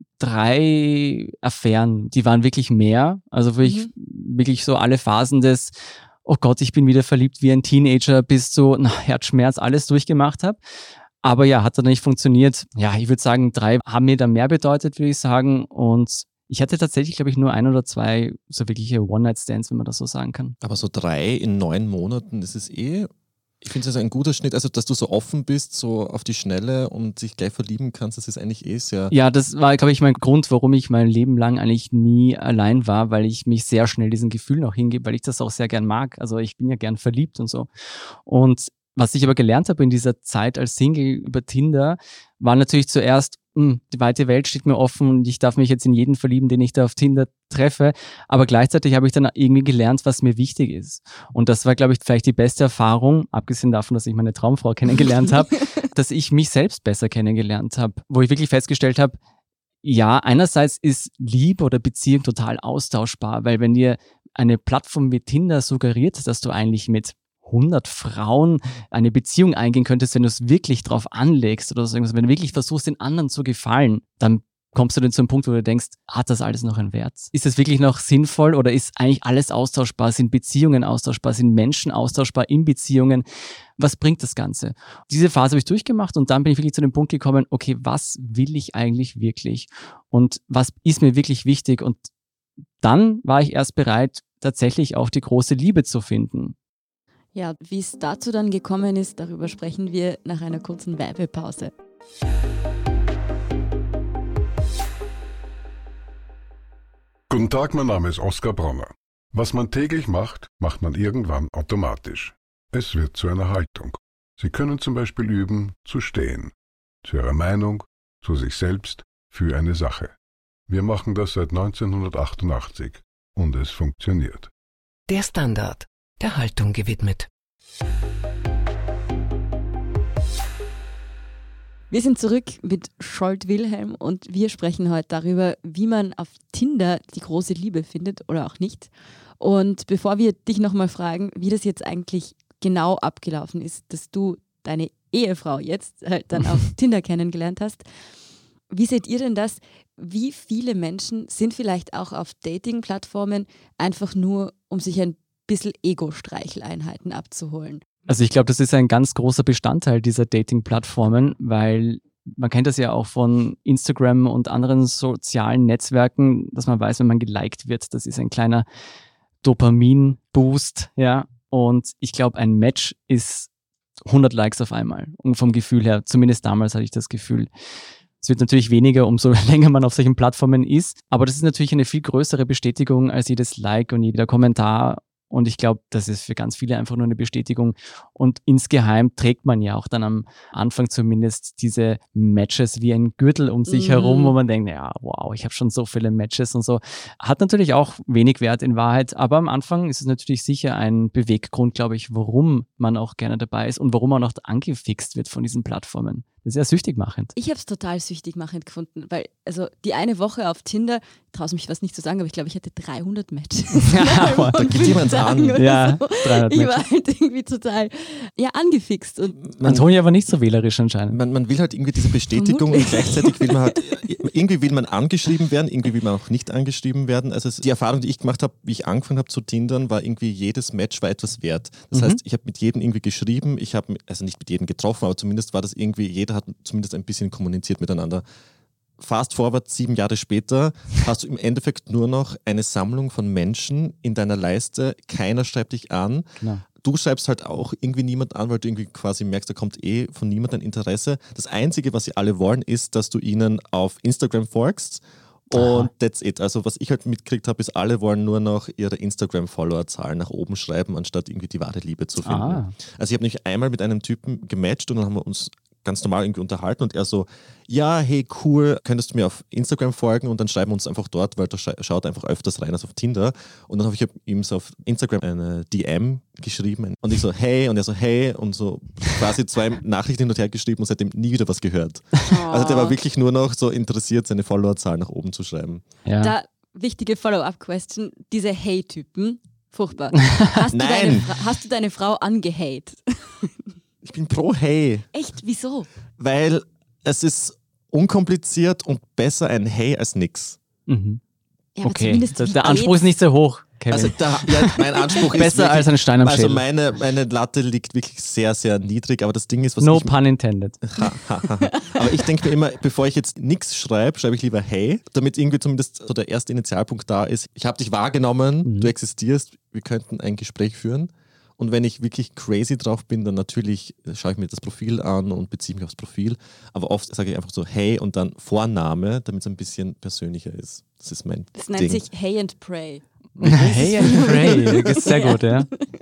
S3: drei Affären, die waren wirklich mehr. Also wo mhm. ich wirklich so alle Phasen des oh Gott, ich bin wieder verliebt wie ein Teenager, bis zu na, Herzschmerz alles durchgemacht habe. Aber ja, hat dann nicht funktioniert. Ja, ich würde sagen, drei haben mir dann mehr bedeutet, würde ich sagen. Und ich hatte tatsächlich, glaube ich, nur ein oder zwei so wirkliche One-Night-Stands, wenn man das so sagen kann.
S1: Aber so drei in neun Monaten, das ist eh, ich finde es also ein guter Schnitt. Also, dass du so offen bist, so auf die Schnelle und dich gleich verlieben kannst, das ist eigentlich eh sehr...
S3: Ja, das war, glaube ich, mein Grund, warum ich mein Leben lang eigentlich nie allein war, weil ich mich sehr schnell diesen Gefühlen auch hingebe, weil ich das auch sehr gern mag. Also ich bin ja gern verliebt und so. Und was ich aber gelernt habe in dieser Zeit als Single über Tinder, war natürlich zuerst, mh, die weite Welt steht mir offen und ich darf mich jetzt in jeden verlieben, den ich da auf Tinder treffe. Aber gleichzeitig habe ich dann irgendwie gelernt, was mir wichtig ist. Und das war, glaube ich, vielleicht die beste Erfahrung, abgesehen davon, dass ich meine Traumfrau kennengelernt habe, dass ich mich selbst besser kennengelernt habe, wo ich wirklich festgestellt habe, ja, einerseits ist Liebe oder Beziehung total austauschbar, weil wenn dir eine Plattform wie Tinder suggeriert, dass du eigentlich mit hundert Frauen eine Beziehung eingehen könntest, wenn du es wirklich drauf anlegst oder so, wenn du wirklich versuchst, den anderen zu gefallen, dann kommst du dann zu einem Punkt, wo du denkst, hat das alles noch einen Wert? Ist es wirklich noch sinnvoll oder ist eigentlich alles austauschbar? Sind Beziehungen austauschbar? Sind Menschen austauschbar in Beziehungen? Was bringt das Ganze? Diese Phase habe ich durchgemacht und dann bin ich wirklich zu dem Punkt gekommen, okay, was will ich eigentlich wirklich? Und was ist mir wirklich wichtig? Und dann war ich erst bereit, tatsächlich auch die große Liebe zu finden.
S2: Ja, wie es dazu dann gekommen ist, darüber sprechen wir nach einer kurzen Werbepause.
S4: Guten Tag, mein Name ist Oskar Bronner. Was man täglich macht, macht man irgendwann automatisch. Es wird zu einer Haltung. Sie können zum Beispiel üben, zu stehen. Zu Ihrer Meinung, zu sich selbst, für eine Sache. Wir machen das seit neunzehnhundertachtundachtzig und es funktioniert.
S5: Der Standard, der Haltung gewidmet.
S2: Wir sind zurück mit Scholt Wilhelm und wir sprechen heute darüber, wie man auf Tinder die große Liebe findet oder auch nicht. Und bevor wir dich nochmal fragen, wie das jetzt eigentlich genau abgelaufen ist, dass du deine Ehefrau jetzt halt dann auf Tinder kennengelernt hast, wie seht ihr denn das? Wie viele Menschen sind vielleicht auch auf Dating-Plattformen einfach nur, um sich ein bisschen Ego-Streicheleinheiten abzuholen?
S3: Also ich glaube, das ist ein ganz großer Bestandteil dieser Dating-Plattformen, weil man kennt das ja auch von Instagram und anderen sozialen Netzwerken, dass man weiß, wenn man geliked wird, das ist ein kleiner Dopamin-Boost, ja. Und ich glaube, ein Match ist hundert Likes auf einmal, vom Gefühl her. Zumindest damals hatte ich das Gefühl. Es wird natürlich weniger, umso länger man auf solchen Plattformen ist. Aber das ist natürlich eine viel größere Bestätigung als jedes Like und jeder Kommentar. Und ich glaube, das ist für ganz viele einfach nur eine Bestätigung. Und insgeheim trägt man ja auch dann am Anfang zumindest diese Matches wie ein Gürtel um sich
S2: Mhm.
S3: herum, wo man denkt, ja, wow, ich habe schon so viele Matches und so. Hat natürlich auch wenig Wert in Wahrheit, aber am Anfang ist es natürlich sicher ein Beweggrund, glaube ich, warum man auch gerne dabei ist und warum man auch angefixt wird von diesen Plattformen. Das ist ja süchtig machend.
S2: Ich habe es total süchtig machend gefunden, weil also die eine Woche auf Tinder, ich traue mich was nicht zu sagen, aber ich glaube, ich hatte dreihundert Matches.
S3: Ja,
S1: da gibt jemand an.
S3: Ja, dreihundert
S2: Ich
S3: Matches.
S2: war halt irgendwie total ja, angefixt. Und
S1: Man,
S3: Antonia war nicht so wählerisch anscheinend.
S1: man, man will halt irgendwie diese Bestätigung und gleichzeitig will man halt, irgendwie will man angeschrieben werden, irgendwie will man auch nicht angeschrieben werden. Also es, die Erfahrung, die ich gemacht habe, wie ich angefangen habe zu tindern, war irgendwie jedes Match war etwas wert. Das
S3: Mhm.
S1: heißt, ich habe mit jedem irgendwie geschrieben, ich habe, also nicht mit jedem getroffen, aber zumindest war das irgendwie, jeder hat zumindest ein bisschen kommuniziert miteinander. Fast forward, sieben Jahre später, hast du im Endeffekt nur noch eine Sammlung von Menschen in deiner Leiste. Keiner schreibt dich an.
S3: Genau.
S1: Du schreibst halt auch irgendwie niemand an, weil du irgendwie quasi merkst, da kommt eh von niemandem Interesse. Das Einzige, was sie alle wollen, ist, dass du ihnen auf Instagram folgst. Und
S3: Aha.
S1: that's it. Also was ich halt mitgekriegt habe, ist, alle wollen nur noch ihre Instagram-Follower-Zahlen nach oben schreiben, anstatt irgendwie die wahre Liebe zu finden.
S3: Ah.
S1: Also ich habe nämlich einmal mit einem Typen gematcht und dann haben wir uns ganz normal irgendwie unterhalten und er so, ja, hey, cool, könntest du mir auf Instagram folgen und dann schreiben wir uns einfach dort, weil da scha- schaut einfach öfters rein als auf Tinder. Und dann habe ich ihm so auf Instagram eine D M geschrieben und ich so, hey, und er so, hey, und so quasi zwei Nachrichten hin und her geschrieben und seitdem nie wieder was gehört. Also der war wirklich nur noch so interessiert, seine Followerzahl nach oben zu schreiben.
S3: Ja.
S2: da wichtige Follow-up-Question, diese Hey-Typen, furchtbar. Hast du,
S1: Nein.
S2: deine, Fra- hast du deine Frau angehate?
S1: Ich bin pro Hey,
S2: Echt? Wieso?
S1: weil es ist unkompliziert und besser ein Hey als nix.
S3: Mhm.
S2: Ja, aber
S3: Okay,
S2: zumindest
S3: der,
S2: wie
S3: der Anspruch
S2: geht's?
S3: ist nicht sehr hoch, Kevin.
S1: Also da, ja, mein Anspruch ist
S3: Besser
S1: wirklich,
S3: als ein Stein am
S1: also
S3: Schädel.
S1: meine, meine Latte liegt wirklich sehr, sehr niedrig, aber das Ding ist, was
S3: No
S1: ich...
S3: pun intended.
S1: Ha, ha, ha, ha. Aber ich denke mir immer, bevor ich jetzt nichts schreibe, schreibe ich lieber Hey, damit irgendwie zumindest so der erste Initialpunkt da ist. Ich habe dich wahrgenommen,
S3: Mhm.
S1: du existierst, wir könnten ein Gespräch führen. Und wenn ich wirklich crazy drauf bin, dann natürlich schaue ich mir das Profil an und beziehe mich aufs Profil. Aber oft sage ich einfach so Hey und dann Vorname, damit es ein bisschen persönlicher ist. Das ist mein
S2: Das
S1: Ding.
S2: nennt sich Hey and Pray.
S3: Hey and pray, das ist sehr gut, ja.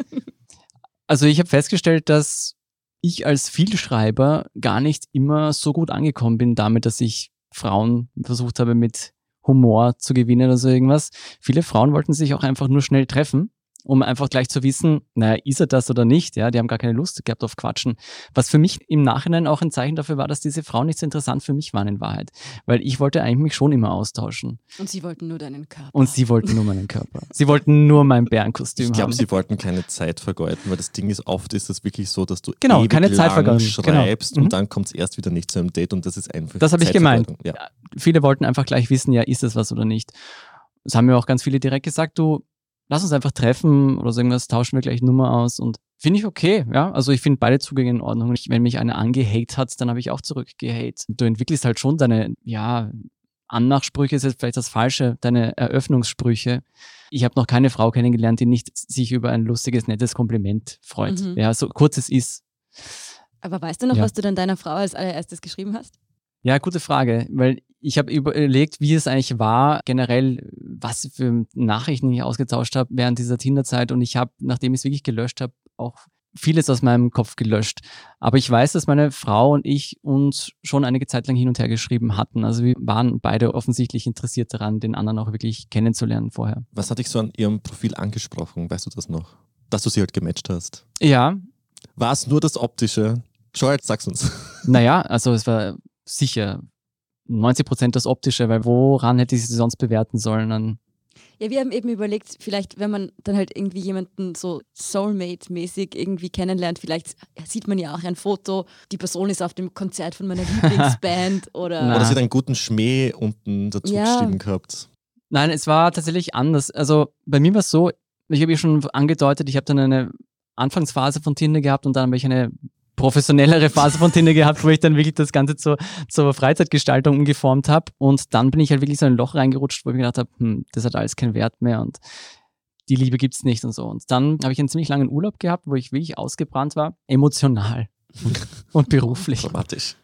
S3: Also ich habe festgestellt, dass ich als Vielschreiber gar nicht immer so gut angekommen bin damit, dass ich Frauen versucht habe, mit Humor zu gewinnen oder so irgendwas. Viele Frauen wollten sich auch einfach nur schnell treffen, um einfach gleich zu wissen, naja, ist er das oder nicht? Ja, die haben gar keine Lust gehabt auf Quatschen. Was für mich im Nachhinein auch ein Zeichen dafür war, dass diese Frauen nicht so interessant für mich waren in Wahrheit. Weil ich wollte eigentlich mich schon immer austauschen.
S2: Und sie wollten nur deinen Körper.
S3: Und sie wollten nur meinen Körper. Sie wollten nur mein Bärenkostüm
S1: Ich
S3: haben.
S1: glaube, sie wollten keine Zeit vergeuden, weil das Ding ist, oft ist es wirklich so, dass du
S3: Genau,
S1: ewig
S3: keine Zeit
S1: lang
S3: vergeuden.
S1: schreibst
S3: Genau. Mhm.
S1: und dann kommt es erst wieder nicht zu einem Date und das ist einfach
S3: Das habe ich gemeint.
S1: Zeitvergeudung. Ja.
S3: Viele wollten einfach gleich wissen, ja, ist das was oder nicht. Das haben mir auch ganz viele direkt gesagt, du, lass uns einfach treffen oder so irgendwas, tauschen wir gleich Nummer aus und finde ich okay, ja. Also ich finde beide Zugänge in Ordnung. Und ich, wenn mich einer angehate hat, dann habe ich auch zurückgehate. Du entwickelst halt schon deine, ja, Annachsprüche ist jetzt vielleicht das Falsche, deine Eröffnungssprüche. Ich habe noch keine Frau kennengelernt, die nicht sich über ein lustiges, nettes Kompliment freut.
S2: Mhm.
S3: Ja, so kurz es ist.
S2: Aber weißt du noch,
S3: Ja.
S2: was du dann deiner Frau als allererstes geschrieben hast?
S3: Ja, gute Frage, weil ich habe überlegt, wie es eigentlich war, generell, was für Nachrichten ich ausgetauscht habe während dieser Tinder-Zeit und ich habe, nachdem ich es wirklich gelöscht habe, auch vieles aus meinem Kopf gelöscht. Aber ich weiß, dass meine Frau und ich uns schon einige Zeit lang hin und her geschrieben hatten. Also wir waren beide offensichtlich interessiert daran, den anderen auch wirklich kennenzulernen vorher.
S1: Was hat dich so an ihrem Profil angesprochen? Weißt du das noch? Dass du sie halt gematcht hast.
S3: Ja,
S1: War es nur das Optische? Joel, sag's uns.
S3: naja, also es war sicher neunzig Prozent das Optische, weil woran hätte ich sie sonst bewerten sollen? Dann
S2: Ja, wir haben eben überlegt, vielleicht, wenn man dann halt irgendwie jemanden so Soulmate-mäßig irgendwie kennenlernt, vielleicht sieht man ja auch ein Foto, die Person ist auf dem Konzert von meiner Lieblingsband oder...
S3: Na.
S1: Oder sie hat einen guten Schmäh unten dazu
S2: Ja.
S1: geschrieben gehabt.
S3: Nein, es war tatsächlich anders. Also bei mir war es so, ich habe ja schon angedeutet, ich habe dann eine Anfangsphase von Tinder gehabt und dann habe ich eine professionellere Phase von Tinder gehabt, wo ich dann wirklich das Ganze zur, zur Freizeitgestaltung umgeformt habe und dann bin ich halt wirklich so in ein Loch reingerutscht, wo ich mir gedacht habe, hm, das hat alles keinen Wert mehr und die Liebe gibt's nicht und so. Und dann habe ich einen ziemlich langen Urlaub gehabt, wo ich wirklich ausgebrannt war, emotional und beruflich.
S1: Dramatisch.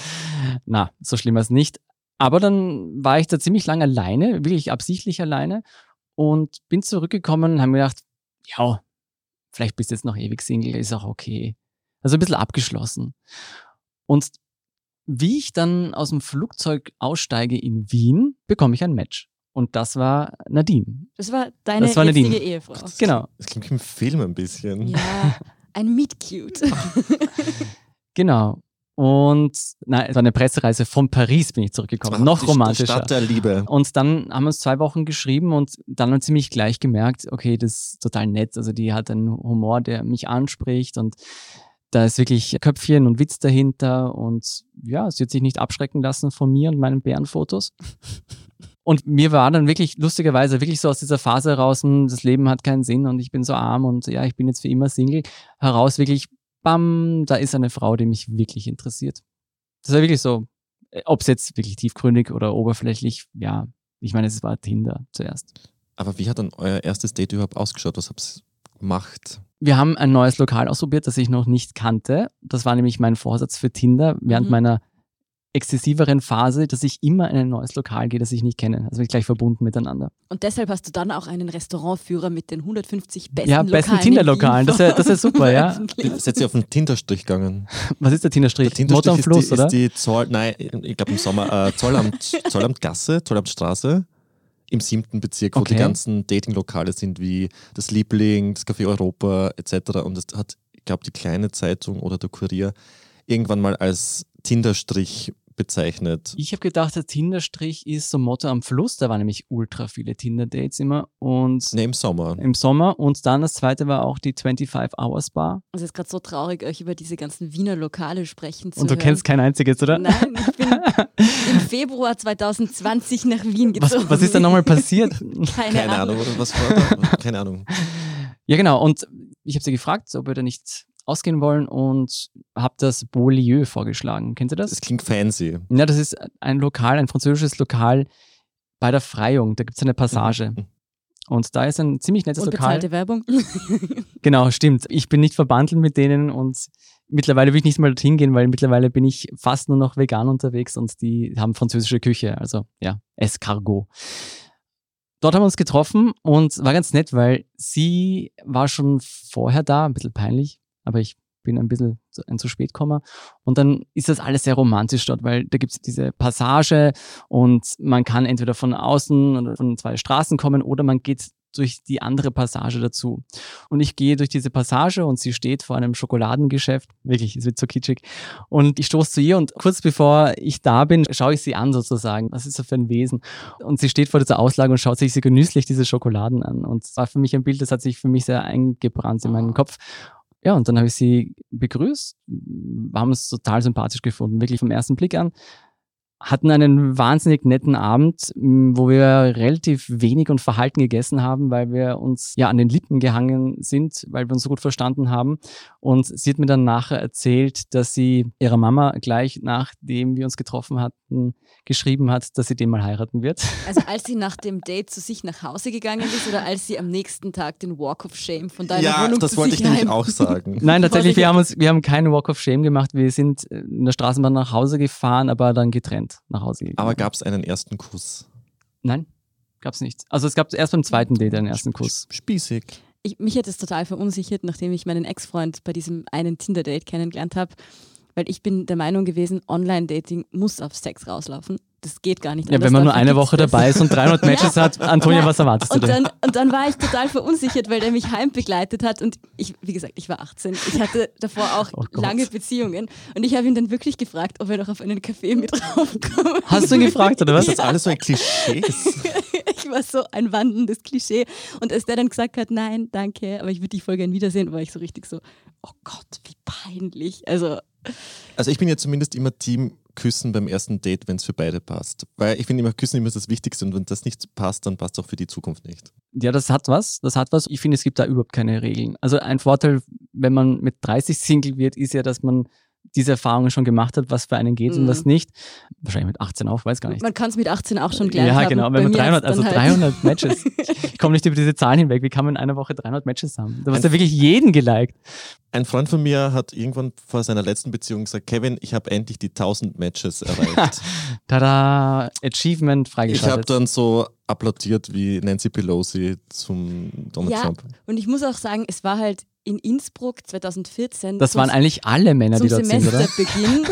S3: Na, so schlimm war es nicht. Aber dann war ich da ziemlich lange alleine, wirklich absichtlich alleine und bin zurückgekommen und habe mir gedacht, ja, vielleicht bist du jetzt noch ewig Single, ist auch okay. Also ein bisschen abgeschlossen. Und wie ich dann aus dem Flugzeug aussteige in Wien, bekomme ich ein Match. Und das war Nadine.
S2: Das war deine
S3: das war
S2: jetzige
S3: Nadine.
S2: Ehefrau.
S1: Das
S3: Genau.
S1: Klingt, das klingt wie im Film ein bisschen.
S2: Ja, ein Meet-Cute.
S3: Genau. Und nein, es war eine Pressereise von Paris, bin ich zurückgekommen.
S1: Ah,
S3: Noch
S1: die
S3: romantischer.
S1: Stadt der Liebe.
S3: Und dann haben wir uns zwei Wochen geschrieben und dann haben wir ziemlich gleich gemerkt, okay, das ist total nett. Also die hat einen Humor, der mich anspricht und da ist wirklich Köpfchen und Witz dahinter und ja, sie hat sich nicht abschrecken lassen von mir und meinen Bärenfotos. Und mir war dann wirklich lustigerweise wirklich so aus dieser Phase heraus, das Leben hat keinen Sinn und ich bin so arm und ja, ich bin jetzt für immer Single, heraus wirklich, bam, da ist eine Frau, die mich wirklich interessiert. Das war wirklich so, ob es jetzt wirklich tiefgründig oder oberflächlich, ja, ich meine, es war Tinder zuerst.
S1: Aber wie hat dann euer erstes Date überhaupt ausgeschaut? Was habt ihr gemacht?
S3: Wir haben ein neues Lokal ausprobiert, das ich noch nicht kannte. Das war nämlich mein Vorsatz für Tinder während
S2: Mhm.
S3: meiner exzessiveren Phase, dass ich immer in ein neues Lokal gehe, das ich nicht kenne. Also bin ich gleich verbunden miteinander.
S2: Und deshalb hast du dann auch einen Restaurantführer mit den hundertfünfzig besten
S3: Ja,
S2: Lokalen
S3: besten
S2: in
S3: Tinder-Lokalen.
S2: Wien
S3: Das ist das ist super, ja.
S2: veröffentlicht.
S1: Seid ihr auf den Tinderstrich gegangen?
S3: Was ist der Tinderstrich?
S1: Der Tinderstrich
S3: Motto am
S1: ist,
S3: Fluss,
S1: die,
S3: oder?
S1: ist die Zoll, nein, ich glaube im Sommer, äh, Zollamt, Zollamtgasse, Zollamtstraße im siebten Bezirk, wo
S3: Okay.
S1: die ganzen Datinglokale sind, wie das Liebling, das Café Europa et cetera. Und das hat, ich glaube, die kleine Zeitung oder der Kurier irgendwann mal als Tinderstrich bezeichnet.
S3: Ich habe gedacht, der Tinderstrich ist so Motto am Fluss. Da waren nämlich ultra viele Tinder-Dates immer. Und
S1: Ne, im Sommer.
S3: im Sommer. Und dann das zweite war auch die fünfundzwanzig Hours Bar.
S2: Also es ist gerade so traurig, euch über diese ganzen Wiener Lokale sprechen zu
S3: Und du
S2: hören.
S3: kennst kein einziges, oder?
S2: Nein, ich bin im Februar zwanzig zwanzig nach Wien
S3: Was,
S2: gezogen.
S3: was ist da nochmal passiert?
S2: Keine,
S1: Keine Ahnung, oder was war da? Keine Ahnung.
S3: Ja, genau. Und ich habe sie gefragt, ob wir da nicht ausgehen wollen und habe das Beaulieu vorgeschlagen. Kennt ihr das?
S1: Das klingt fancy.
S3: Ja, das ist ein Lokal, ein französisches Lokal bei der Freyung. Da gibt es eine Passage.
S1: Mhm.
S3: Und da ist ein ziemlich nettes Lokal.
S2: Unbezahlte Werbung.
S3: Genau, stimmt. Ich bin nicht verbandelt mit denen und mittlerweile will ich nicht mal dorthin gehen, weil mittlerweile bin ich fast nur noch vegan unterwegs und die haben französische Küche. Also ja, Escargot. Dort haben wir uns getroffen und war ganz nett, weil sie war schon vorher da, ein bisschen peinlich, aber ich bin ein bisschen zu, ein zu spät gekommen. Und dann ist das alles sehr romantisch dort, weil da gibt es diese Passage und man kann entweder von außen oder von zwei Straßen kommen oder man geht durch die andere Passage dazu. Und ich gehe durch diese Passage und sie steht vor einem Schokoladengeschäft. Wirklich, es wird so kitschig. Und ich stoße zu ihr und kurz bevor ich da bin, schaue ich sie an sozusagen. Was ist das für ein Wesen? Und sie steht vor dieser Auslage und schaut sich sehr genüsslich diese Schokoladen an. Und das war für mich ein Bild, das hat sich für mich sehr eingebrannt in meinen Kopf. Ja, und dann habe ich sie begrüßt. Wir haben uns total sympathisch gefunden, wirklich vom ersten Blick an. Hatten einen wahnsinnig netten Abend, wo wir relativ wenig und verhalten gegessen haben, weil wir uns ja an den Lippen gehangen sind, weil wir uns so gut verstanden haben. Und sie hat mir dann nachher erzählt, dass sie ihrer Mama gleich nachdem wir uns getroffen hatten, geschrieben hat, dass sie den mal heiraten wird.
S2: Also als sie nach dem Date zu sich nach Hause gegangen ist oder als sie am nächsten Tag den Walk of Shame von deiner
S1: Ja,
S2: Wohnung
S1: das
S2: zu
S1: wollte
S2: sich
S1: ich nämlich
S2: heim-
S1: auch sagen.
S3: Nein, tatsächlich, wir
S2: Vorsichtig.
S3: haben uns, wir haben keinen Walk of Shame gemacht. Wir sind in der Straßenbahn nach Hause gefahren, aber dann getrennt nach Hause gegangen.
S1: Aber gab es einen ersten Kuss?
S3: Nein, gab's nicht. Also es gab erst beim zweiten Date einen ersten Kuss.
S1: Spießig.
S2: Ich, mich hat es total verunsichert, nachdem ich meinen Ex-Freund bei diesem einen Tinder-Date kennengelernt habe, weil ich bin der Meinung gewesen, Online-Dating muss auf Sex rauslaufen. Das geht gar nicht
S3: Ja,
S2: anders.
S3: wenn man nur
S2: Dafür
S3: eine
S2: gibt's
S3: Woche
S2: das.
S3: dabei ist und dreihundert Matches
S2: Ja.
S3: hat, Antonia,
S2: Ja.
S3: was erwartest du
S2: Und
S3: denn?
S2: dann, und dann war ich total verunsichert, weil der mich heim begleitet hat und ich, wie gesagt, ich war achtzehn. Ich hatte davor auch
S3: Oh Gott.
S2: lange Beziehungen und ich habe ihn dann wirklich gefragt, ob er noch auf einen Kaffee mit raufkommt.
S3: Hast du ihn gefragt, oder was?
S1: Das ist alles so ein Klischees.
S2: Ich war so ein wandelndes Klischee. Und als der dann gesagt hat, nein, danke, aber ich würde dich voll gern wiedersehen, war ich so richtig so, oh Gott, wie peinlich. Also,
S1: Also ich bin ja zumindest immer Team Küssen beim ersten Date, wenn es für beide passt. Weil ich finde immer, Küssen immer das Wichtigste und wenn das nicht passt, dann passt es auch für die Zukunft nicht.
S3: Ja, das hat was, das hat was. Ich finde, es gibt da überhaupt keine Regeln. Also ein Vorteil, wenn man mit dreißig Single wird, ist ja, dass man diese Erfahrungen schon gemacht hat, was für einen geht
S2: Mhm.
S3: und was nicht. Wahrscheinlich mit achtzehn auch, weiß gar nicht.
S2: Man kann es mit achtzehn auch schon gleich
S3: Ja,
S2: haben.
S3: genau,
S2: Bei
S3: wenn man
S2: mir
S3: dreihundert,
S2: hat's
S3: also
S2: dann halt-
S3: dreihundert Matches. Ich komme nicht über diese Zahlen hinweg. Wie kann man in einer Woche dreihundert Matches haben? Du hast ja wirklich jeden geliked.
S1: Ein Freund von mir hat irgendwann vor seiner letzten Beziehung gesagt, Kevin, ich habe endlich die tausend Matches erreicht.
S3: Tada, Achievement
S1: Ich habe
S3: freigeschaltet.
S1: dann so applaudiert wie Nancy Pelosi zum Donald
S2: Ja,
S1: Trump.
S2: Und ich muss auch sagen, es war halt in Innsbruck zweitausendvierzehn.
S3: Das
S2: zum-
S3: waren eigentlich alle Männer,
S2: zum
S3: die dort sind, oder?
S2: Semesterbeginn.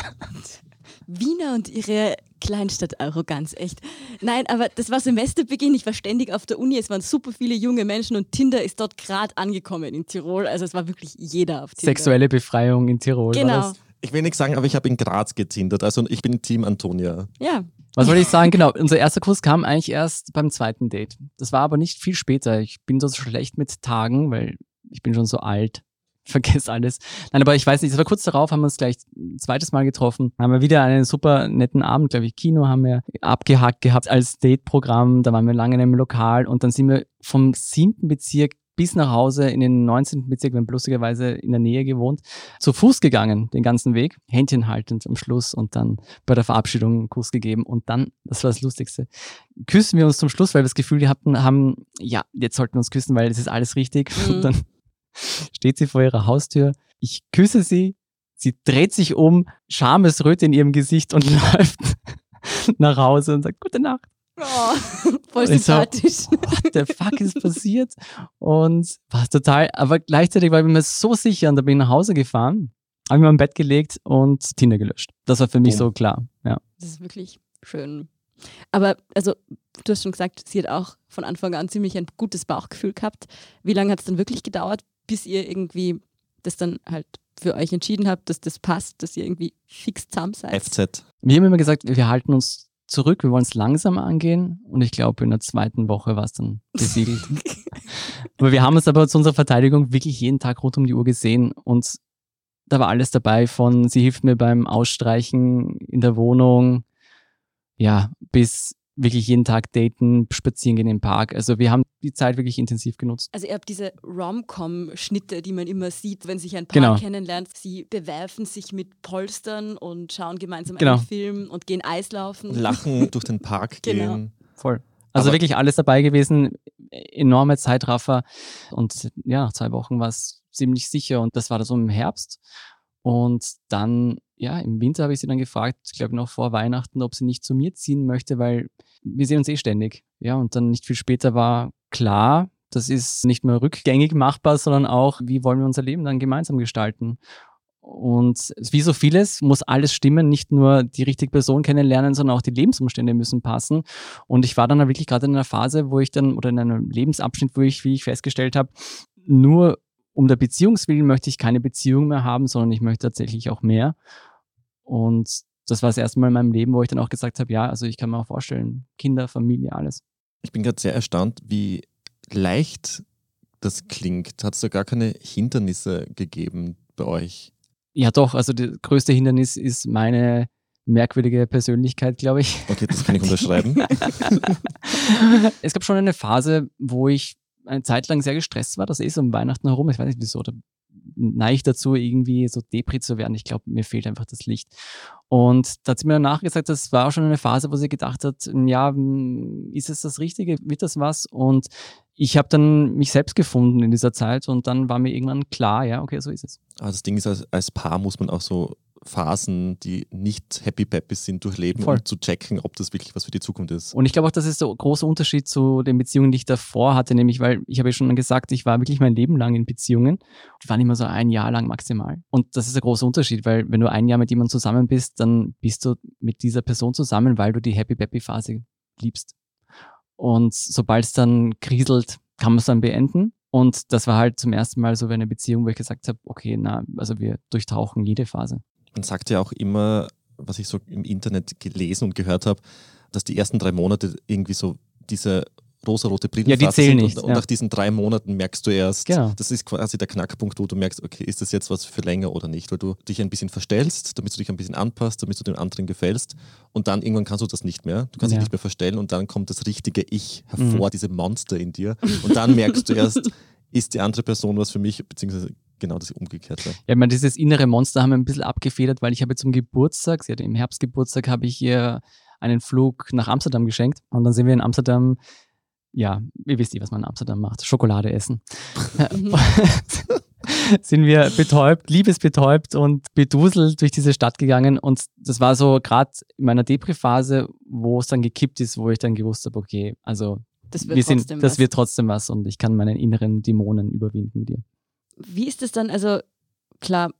S2: Wiener und ihre Kleinstadt-Arroganz, echt. Nein, aber das war Semesterbeginn, ich war ständig auf der Uni, es waren super viele junge Menschen und Tinder ist dort gerade angekommen in Tirol, also es war wirklich jeder auf Tinder.
S3: Sexuelle Befreiung in Tirol. War
S2: Genau,
S3: das?
S1: Ich will nichts sagen, aber ich habe in Graz getindert. Also ich bin Team Antonia.
S2: ja.
S3: Was wollte ich sagen? Genau, unser erster Kuss kam eigentlich erst beim zweiten Date. Das war aber nicht viel später. Ich bin so schlecht mit Tagen, weil ich bin schon so alt. Vergesse alles. Nein, aber ich weiß nicht, es war kurz darauf, haben wir uns gleich ein zweites Mal getroffen. Haben wir wieder einen super netten Abend, glaube ich, Kino haben wir abgehakt gehabt als Date-Programm. Da waren wir lange in einem Lokal und dann sind wir vom siebten Bezirk bis nach Hause in den neunzehnten Bezirk, wir haben lustigerweise in der Nähe gewohnt, zu Fuß gegangen, den ganzen Weg, Händchen haltend am Schluss und dann bei der Verabschiedung einen Kuss gegeben und dann, das war das Lustigste, küssen wir uns zum Schluss, weil wir das Gefühl hatten, haben, ja, jetzt sollten wir uns küssen, weil es ist alles richtig.
S2: Mhm.
S3: Und dann steht sie vor ihrer Haustür, ich küsse sie, sie dreht sich um, Schamesröte in ihrem Gesicht und läuft nach Hause und sagt, gute Nacht.
S2: Oh, voll
S3: Und ich so,
S2: sympathisch.
S3: What the fuck ist passiert? Und war total, aber gleichzeitig war ich mir so sicher und da bin ich nach Hause gefahren, habe mich mal im Bett gelegt und Tinder gelöscht. Das war für mich
S1: Boom.
S3: so klar. Ja.
S2: Das ist wirklich schön. Aber, also, du hast schon gesagt, sie hat auch von Anfang an ziemlich ein gutes Bauchgefühl gehabt. Wie lange hat es dann wirklich gedauert, bis ihr irgendwie das dann halt für euch entschieden habt, dass das passt, dass ihr irgendwie fix zusammen seid?
S1: F Z.
S3: Wir haben immer gesagt, wir halten uns zurück, wir wollen es langsam angehen und ich glaube, in der zweiten Woche war es dann besiegelt. Aber wir haben uns aber zu unserer Verteidigung wirklich jeden Tag rund um die Uhr gesehen und da war alles dabei, von sie hilft mir beim Ausstreichen in der Wohnung, ja, bis wirklich jeden Tag daten, spazieren gehen im Park. Also wir haben die Zeit wirklich intensiv genutzt.
S2: Also ihr habt diese Rom-Com-Schnitte, die man immer sieht, wenn sich ein Paar
S3: Genau.
S2: kennenlernt. Sie bewerfen sich mit Polstern und schauen gemeinsam
S3: Genau.
S2: einen Film und gehen Eislaufen.
S1: Lachen, durch den Park
S2: Genau.
S1: gehen.
S3: Voll. Also
S1: Aber-
S3: wirklich alles dabei gewesen, enorme Zeitraffer und ja, nach zwei Wochen war es ziemlich sicher und das war das so im Herbst und dann, ja, im Winter habe ich sie dann gefragt, ich glaube noch vor Weihnachten, ob sie nicht zu mir ziehen möchte, weil wir sehen uns eh ständig. Ja, und dann nicht viel später war klar, das ist nicht nur rückgängig machbar, sondern auch, wie wollen wir unser Leben dann gemeinsam gestalten? Und wie so vieles muss alles stimmen, nicht nur die richtige Person kennenlernen, sondern auch die Lebensumstände müssen passen. Und ich war dann wirklich gerade in einer Phase, wo ich dann, oder in einem Lebensabschnitt, wo ich, wie ich festgestellt habe, nur um der Beziehungswillen möchte ich keine Beziehung mehr haben, sondern ich möchte tatsächlich auch mehr. Und das war das erste Mal in meinem Leben, wo ich dann auch gesagt habe, ja, also ich kann mir auch vorstellen, Kinder, Familie, alles.
S1: Ich bin gerade sehr erstaunt, wie leicht das klingt. Hat es da gar keine Hindernisse gegeben bei euch?
S3: Ja doch, also das größte Hindernis ist meine merkwürdige Persönlichkeit, glaube ich.
S1: Okay, das kann ich unterschreiben.
S3: Es gab schon eine Phase, wo ich eine Zeit lang sehr gestresst war, das ist um Weihnachten herum, ich weiß nicht wieso, da neige ich dazu, irgendwie so Depri zu werden. Ich glaube, mir fehlt einfach das Licht. Und da hat sie mir danach gesagt, das war schon eine Phase, wo sie gedacht hat, ja, ist es das Richtige, wird das was? Und ich habe dann mich selbst gefunden in dieser Zeit und dann war mir irgendwann klar, ja, okay, so ist es.
S1: Aber das Ding ist, als, als Paar muss man auch so Phasen, die nicht happy peppy sind, durchleben,
S3: Voll.
S1: um zu checken, ob das wirklich was für die Zukunft ist.
S3: Und ich glaube auch, das ist der große Unterschied zu den Beziehungen, die ich davor hatte, nämlich, weil ich habe ja schon gesagt, ich war wirklich mein Leben lang in Beziehungen. Die waren immer so ein Jahr lang maximal. Und das ist der große Unterschied, weil wenn du ein Jahr mit jemandem zusammen bist, dann bist du mit dieser Person zusammen, weil du die Happy-Peppy-Phase liebst. Und sobald es dann kriselt, kann man es dann beenden. Und das war halt zum ersten Mal so eine Beziehung, wo ich gesagt habe, okay, na, also wir durchtauchen jede Phase.
S1: Man sagt ja auch immer, was ich so im Internet gelesen und gehört habe, dass die ersten drei Monate irgendwie so diese rosarote Brillenphase
S3: Ja, die zählen
S1: sind
S3: nicht,
S1: und, und
S3: ja.
S1: nach diesen drei Monaten merkst du erst,
S3: Genau.
S1: das ist quasi der Knackpunkt, wo du merkst, okay, ist das jetzt was für länger oder nicht, weil du dich ein bisschen verstellst, damit du dich ein bisschen anpasst, damit du dem anderen gefällst und dann irgendwann kannst du das nicht mehr, du kannst
S3: Ja.
S1: dich nicht mehr verstellen und dann kommt das richtige Ich hervor, diese Monster in dir und dann merkst du erst, ist die andere Person was für mich, beziehungsweise genau das Umgekehrte.
S3: Ja, ich meine, dieses innere Monster haben wir ein bisschen abgefedert, weil ich habe zum Geburtstag, sie hatte im Herbstgeburtstag, habe ich ihr einen Flug nach Amsterdam geschenkt und dann sind wir in Amsterdam, ja, ihr wisst eh, was man in Amsterdam macht, Schokolade essen. Sind wir betäubt, liebesbetäubt und beduselt durch diese Stadt gegangen und das war so gerade in meiner Depri-Phase, wo es dann gekippt ist, wo ich dann gewusst habe, okay, also
S2: Das wird
S3: wir sind,
S2: trotzdem
S3: das
S2: was.
S3: wird trotzdem was und ich kann meine inneren Dämonen überwinden mit ihr.
S2: Wie ist es dann, also klar,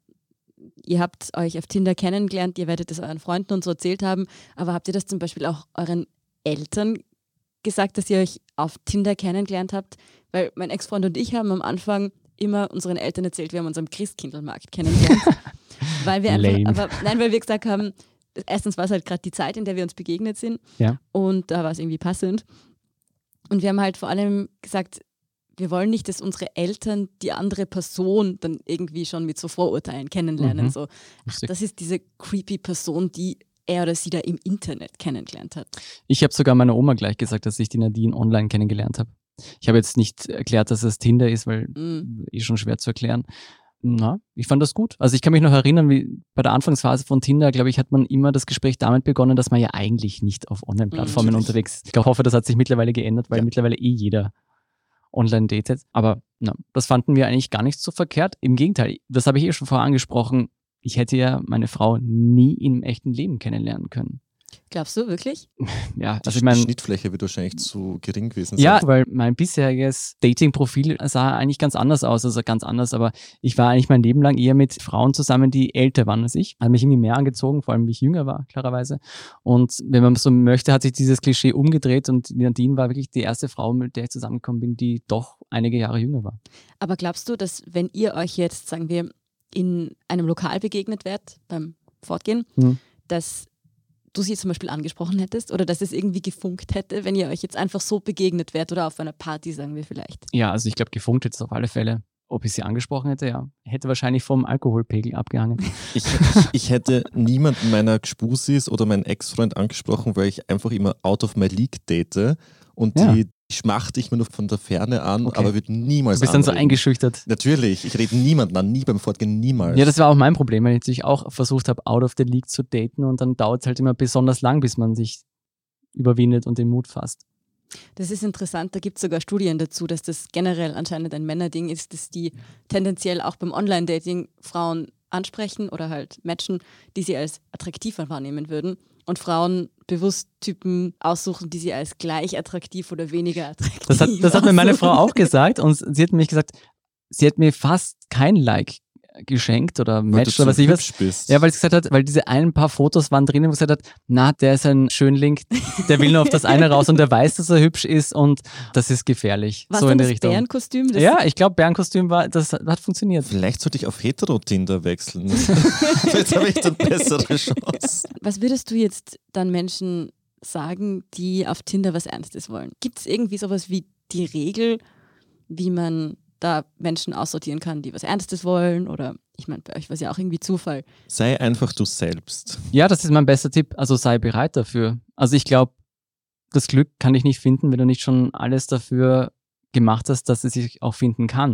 S2: ihr habt euch auf Tinder kennengelernt, ihr werdet es euren Freunden und so erzählt haben, aber habt ihr das zum Beispiel auch euren Eltern gesagt, dass ihr euch auf Tinder kennengelernt habt? Weil mein Ex-Freund und ich haben am Anfang immer unseren Eltern erzählt, wir haben uns am Christkindlmarkt kennengelernt. weil wir einfach,
S3: Lame.
S2: aber nein, weil wir gesagt haben, erstens war es halt gerade die Zeit, in der wir uns begegnet sind
S3: Ja.
S2: und da war es irgendwie passend. Und wir haben halt vor allem gesagt, wir wollen nicht, dass unsere Eltern die andere Person dann irgendwie schon mit so Vorurteilen kennenlernen.
S3: Mhm.
S2: So, ach,
S3: Lustig.
S2: das ist diese creepy Person, die er oder sie da im Internet kennengelernt hat.
S3: Ich habe sogar meiner Oma gleich gesagt, dass ich die Nadine online kennengelernt habe. Ich habe jetzt nicht erklärt, dass es Tinder ist, weil
S2: Mm.
S3: eh schon schwer zu erklären. Na, ich fand das gut. Also ich kann mich noch erinnern, wie bei der Anfangsphase von Tinder, glaube ich, hat man immer das Gespräch damit begonnen, dass man ja eigentlich nicht auf Online-Plattformen
S1: Mhm.
S3: unterwegs ist. Ich glaub, hoffe, das hat sich mittlerweile geändert, weil
S1: Ja.
S3: mittlerweile eh jeder online datet. Aber na, das fanden wir eigentlich gar nicht so verkehrt. Im Gegenteil, das habe ich eh schon vorher angesprochen. Ich hätte ja meine Frau nie im echten Leben kennenlernen können.
S2: Glaubst du wirklich?
S3: Ja,
S1: Die
S3: also ich meine,
S1: Schnittfläche wird wahrscheinlich zu gering gewesen sein.
S3: ja, weil mein bisheriges Dating-Profil sah eigentlich ganz anders aus, also ganz anders, aber ich war eigentlich mein Leben lang eher mit Frauen zusammen, die älter waren als ich. Hat mich irgendwie mehr angezogen, vor allem wie ich jünger war, klarerweise. Und wenn man so möchte, hat sich dieses Klischee umgedreht und Nadine war wirklich die erste Frau, mit der ich zusammengekommen bin, die doch einige Jahre jünger war.
S2: Aber glaubst du, dass wenn ihr euch jetzt, sagen wir, in einem Lokal begegnet wärt, beim Fortgehen,
S3: Mhm.
S2: dass du sie zum Beispiel angesprochen hättest oder dass es irgendwie gefunkt hätte, wenn ihr euch jetzt einfach so begegnet wärt oder auf einer Party, sagen wir vielleicht?
S3: Ja, also ich glaube, gefunkt hätte es auf alle Fälle. Ob ich sie angesprochen hätte, ja. Hätte wahrscheinlich vom Alkoholpegel abgehangen.
S1: Ich, ich, ich hätte niemanden meiner Gspusis oder meinen Ex-Freund angesprochen, weil ich einfach immer out of my league date und
S3: Ja.
S1: die schmachte ich mir nur von der Ferne an,
S3: Okay.
S1: aber würde niemals
S3: Du bist dann so
S1: anreden.
S3: eingeschüchtert.
S1: Natürlich, ich rede niemanden an, nie beim Fortgehen, niemals.
S3: Ja, das war auch mein Problem, weil ich natürlich auch versucht habe, out of the league zu daten und dann dauert es halt immer besonders lang, bis man sich überwindet und den Mut fasst.
S2: Das ist interessant, da gibt es sogar Studien dazu, dass das generell anscheinend ein Männerding ist, dass die tendenziell auch beim Online-Dating Frauen ansprechen oder halt matchen, die sie als attraktiver wahrnehmen würden und Frauen bewusst Typen aussuchen, die sie als gleich attraktiv oder weniger attraktiv
S3: Das hat, das hat mir meine
S2: aussuchen.
S3: Frau auch gesagt und sie hat mich gesagt, sie hat mir fast kein Like geschenkt oder
S1: weil du
S3: matched
S1: so
S3: oder was ich was.
S1: hübsch bist.
S3: Ja, weil sie gesagt hat, weil diese ein paar Fotos waren drinnen, wo sie gesagt hat, na, der ist ein Schönling, der will nur auf das eine raus und der weiß, dass er hübsch ist und das ist gefährlich.
S2: Was
S3: so
S2: dann
S3: in die
S2: das
S3: Richtung.
S2: Bärenkostüm? Das
S3: Ja, ich glaube, Bärenkostüm war, das hat funktioniert.
S1: Vielleicht sollte ich auf Hetero-Tinder wechseln. Vielleicht habe ich dann bessere Chance.
S2: Was würdest du jetzt dann Menschen sagen, die auf Tinder was Ernstes wollen? Gibt es irgendwie sowas wie die Regel, wie man da Menschen aussortieren kann, die was Ernstes wollen? Oder ich meine, bei euch war es ja auch irgendwie Zufall.
S1: Sei einfach du selbst.
S3: Ja, das ist mein bester Tipp. Also sei bereit dafür. Also ich glaube, das Glück kann dich nicht finden, wenn du nicht schon alles dafür gemacht hast, dass es sich auch finden kann.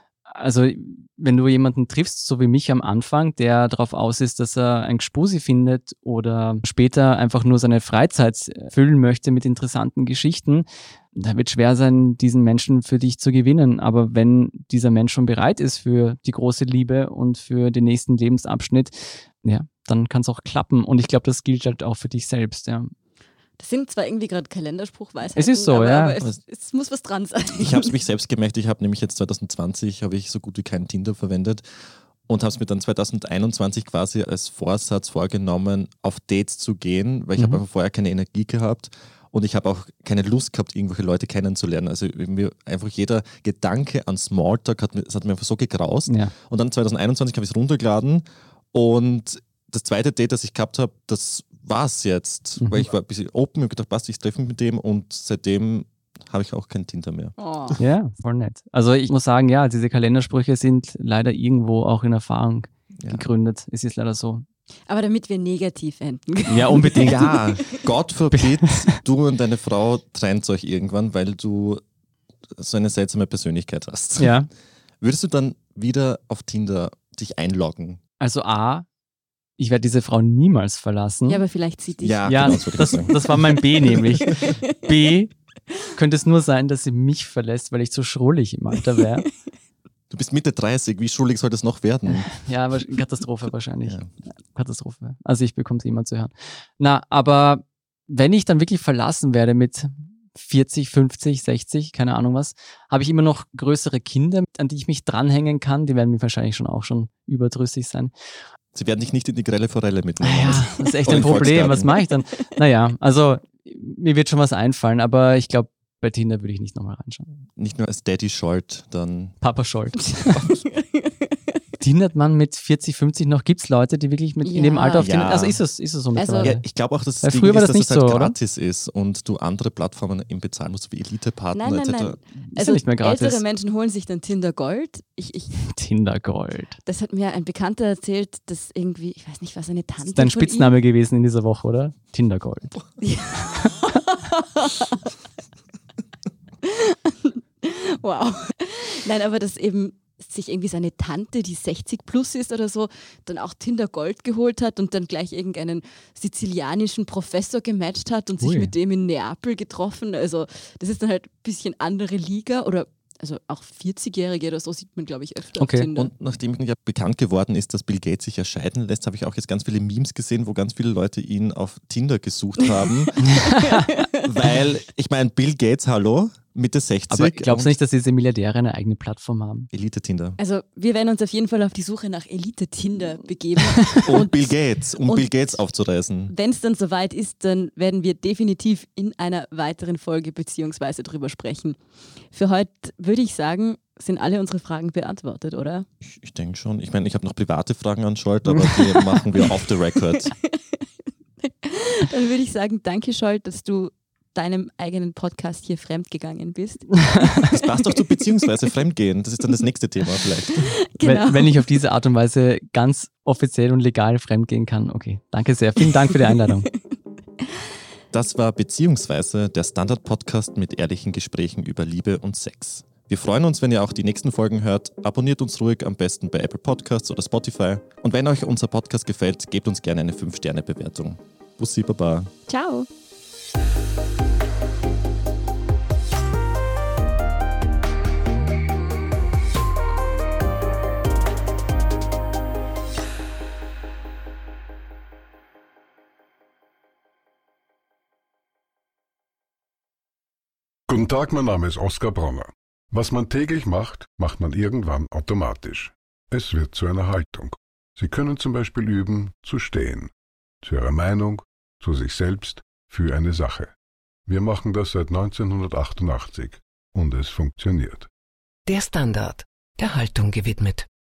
S3: Also wenn du jemanden triffst, so wie mich am Anfang, der darauf aus ist, dass er ein Gspusi findet oder später einfach nur seine Freizeit füllen möchte mit interessanten Geschichten, da wird schwer sein, diesen Menschen für dich zu gewinnen. Aber wenn dieser Mensch schon bereit ist für die große Liebe und für den nächsten Lebensabschnitt, ja, dann kann es auch klappen. Und ich glaube, das gilt halt auch für dich selbst, ja.
S2: Das sind zwar irgendwie gerade Kalenderspruchweisheiten,
S3: Es ist so,
S2: aber,
S3: ja.
S2: aber es, es muss was dran sein.
S1: Ich habe es mich selbst gemerkt, ich habe nämlich jetzt zwanzig zwanzig habe ich so gut wie keinen Tinder verwendet und habe es mir dann zwanzig einundzwanzig quasi als Vorsatz vorgenommen, auf Dates zu gehen, weil ich
S3: Mhm.
S1: habe einfach vorher keine Energie gehabt und ich habe auch keine Lust gehabt, irgendwelche Leute kennenzulernen. Also mir einfach jeder Gedanke an Smalltalk hat mir, das hat mir einfach so gegraust.
S3: Ja.
S1: Und dann zwanzig einundzwanzig habe ich es runtergeladen und das zweite Date, das ich gehabt habe, das war es jetzt.
S3: Mhm.
S1: Weil ich war ein bisschen open und gedacht, passt, ich treffe mich mit dem und seitdem habe ich auch kein Tinder mehr.
S2: Oh.
S3: Ja, voll nett. Also ich muss sagen, ja, diese Kalendersprüche sind leider irgendwo auch in Erfahrung
S1: Ja.
S3: gegründet. Es ist leider so.
S2: Aber damit wir negativ enden.
S3: Ja, unbedingt.
S1: Ja, Gott verbietet, du und deine Frau trennt euch irgendwann, weil du so eine seltsame Persönlichkeit hast.
S3: Ja.
S1: Würdest du dann wieder auf Tinder dich einloggen?
S3: Also A, ich werde diese Frau niemals verlassen.
S2: Ja, aber vielleicht sieht dich.
S1: Ja,
S3: Ja,
S1: genau, das wollte ich
S3: das,
S1: sagen.
S3: das war mein B nämlich. B, könnte es nur sein, dass sie mich verlässt, weil ich zu schrullig im Alter wäre.
S1: Du bist Mitte dreißig, wie schuldig soll das noch werden?
S3: Ja, aber Katastrophe wahrscheinlich.
S1: Ja.
S3: Katastrophe. Also ich bekomme es immer zu hören. Na, aber wenn ich dann wirklich verlassen werde mit vierzig, fünfzig, sechzig, keine Ahnung was, habe ich immer noch größere Kinder, an die ich mich dranhängen kann. Die werden mir wahrscheinlich schon auch schon überdrüssig sein.
S1: Sie werden dich nicht in die grelle Forelle mitnehmen.
S3: Naja, das ist echt
S1: Oder
S3: ein
S1: in
S3: Problem.
S1: Volksgarten.
S3: Was mache ich dann? Naja, also mir wird schon was einfallen, aber ich glaube, bei Tinder würde ich nicht nochmal reinschauen.
S1: Nicht nur als Daddy Short, dann
S3: Papa Scholt. Tindert man mit vierzig, fünfzig noch? Gibt es Leute, die wirklich mit in dem
S2: Ja.
S3: Alter auf
S1: Ja.
S3: Tinder... Also ist es, ist es so
S2: Also-
S3: mittlerweile?
S1: Ja, ich glaube auch, dass
S3: Weil
S1: das Ding
S3: früher war
S1: ist,
S3: das
S1: dass
S3: nicht
S1: es halt
S3: so, oder?
S1: gratis ist und du andere Plattformen eben bezahlen musst, wie Elite-Partner
S2: Nein, nein,
S1: et cetera.
S2: nein.
S3: Ist
S2: Also
S3: ja nicht mehr gratis.
S2: ältere Menschen holen sich dann Tinder Gold. Ich, ich,
S3: Tinder Gold.
S2: das hat mir ein Bekannter erzählt, dass irgendwie, ich weiß nicht, was eine Tante
S3: Das ist dein
S2: von ihm-
S3: Spitzname gewesen in dieser Woche, oder? Tinder Gold.
S2: Wow. Nein, aber dass eben sich irgendwie seine Tante, die sechzig plus ist oder so, dann auch Tinder Gold geholt hat und dann gleich irgendeinen sizilianischen Professor gematcht hat und sich
S3: Ui.
S2: mit dem in Neapel getroffen. Also das ist dann halt ein bisschen andere Liga oder also auch vierzigjährige oder so sieht man, glaube ich, öfter
S3: Okay.
S2: auf Tinder.
S1: Und nachdem ja bekannt geworden ist, dass Bill Gates sich ja scheiden lässt, habe ich auch jetzt ganz viele Memes gesehen, wo ganz viele Leute ihn auf Tinder gesucht haben. Weil, ich meine, Bill Gates, hallo, Mitte sechzig.
S3: Aber glaubst du
S1: und
S3: nicht, dass diese Milliardäre eine eigene Plattform haben?
S1: Elite-Tinder.
S2: Also wir werden uns auf jeden Fall auf die Suche nach Elite-Tinder begeben.
S1: Und Bill Gates, um
S2: und-
S1: Bill Gates aufzureißen.
S2: Wenn es dann soweit ist, dann werden wir definitiv in einer weiteren Folge beziehungsweise drüber sprechen. Für heute würde ich sagen, sind alle unsere Fragen beantwortet, oder?
S1: Ich, ich denke schon. Ich meine, ich habe noch private Fragen an Scholt, aber die machen wir off the record.
S2: Dann würde ich sagen, danke Scholt, dass du deinem eigenen Podcast hier fremdgegangen bist.
S1: Das passt doch zu beziehungsweise Fremdgehen. Das ist dann das nächste Thema vielleicht.
S2: Genau.
S3: Wenn, wenn ich auf diese Art und Weise ganz offiziell und legal fremdgehen kann. Okay, danke sehr. Vielen Dank für die Einladung.
S1: Das war beziehungsweise der Standard-Podcast mit ehrlichen Gesprächen über Liebe und Sex. Wir freuen uns, wenn ihr auch die nächsten Folgen hört. Abonniert uns ruhig, am besten bei Apple Podcasts oder Spotify. Und wenn euch unser Podcast gefällt, gebt uns gerne eine fünf Sterne Bewertung. Bussi Baba.
S2: Ciao.
S4: Guten Tag, mein Name ist Oskar Bronner. Was man täglich macht, macht man irgendwann automatisch. Es wird zu einer Haltung. Sie können zum Beispiel üben, zu stehen. Zu Ihrer Meinung, zu sich selbst, für eine Sache. Wir machen das seit neunzehnhundertachtundachtzig und es funktioniert.
S5: Der Standard, der Haltung gewidmet.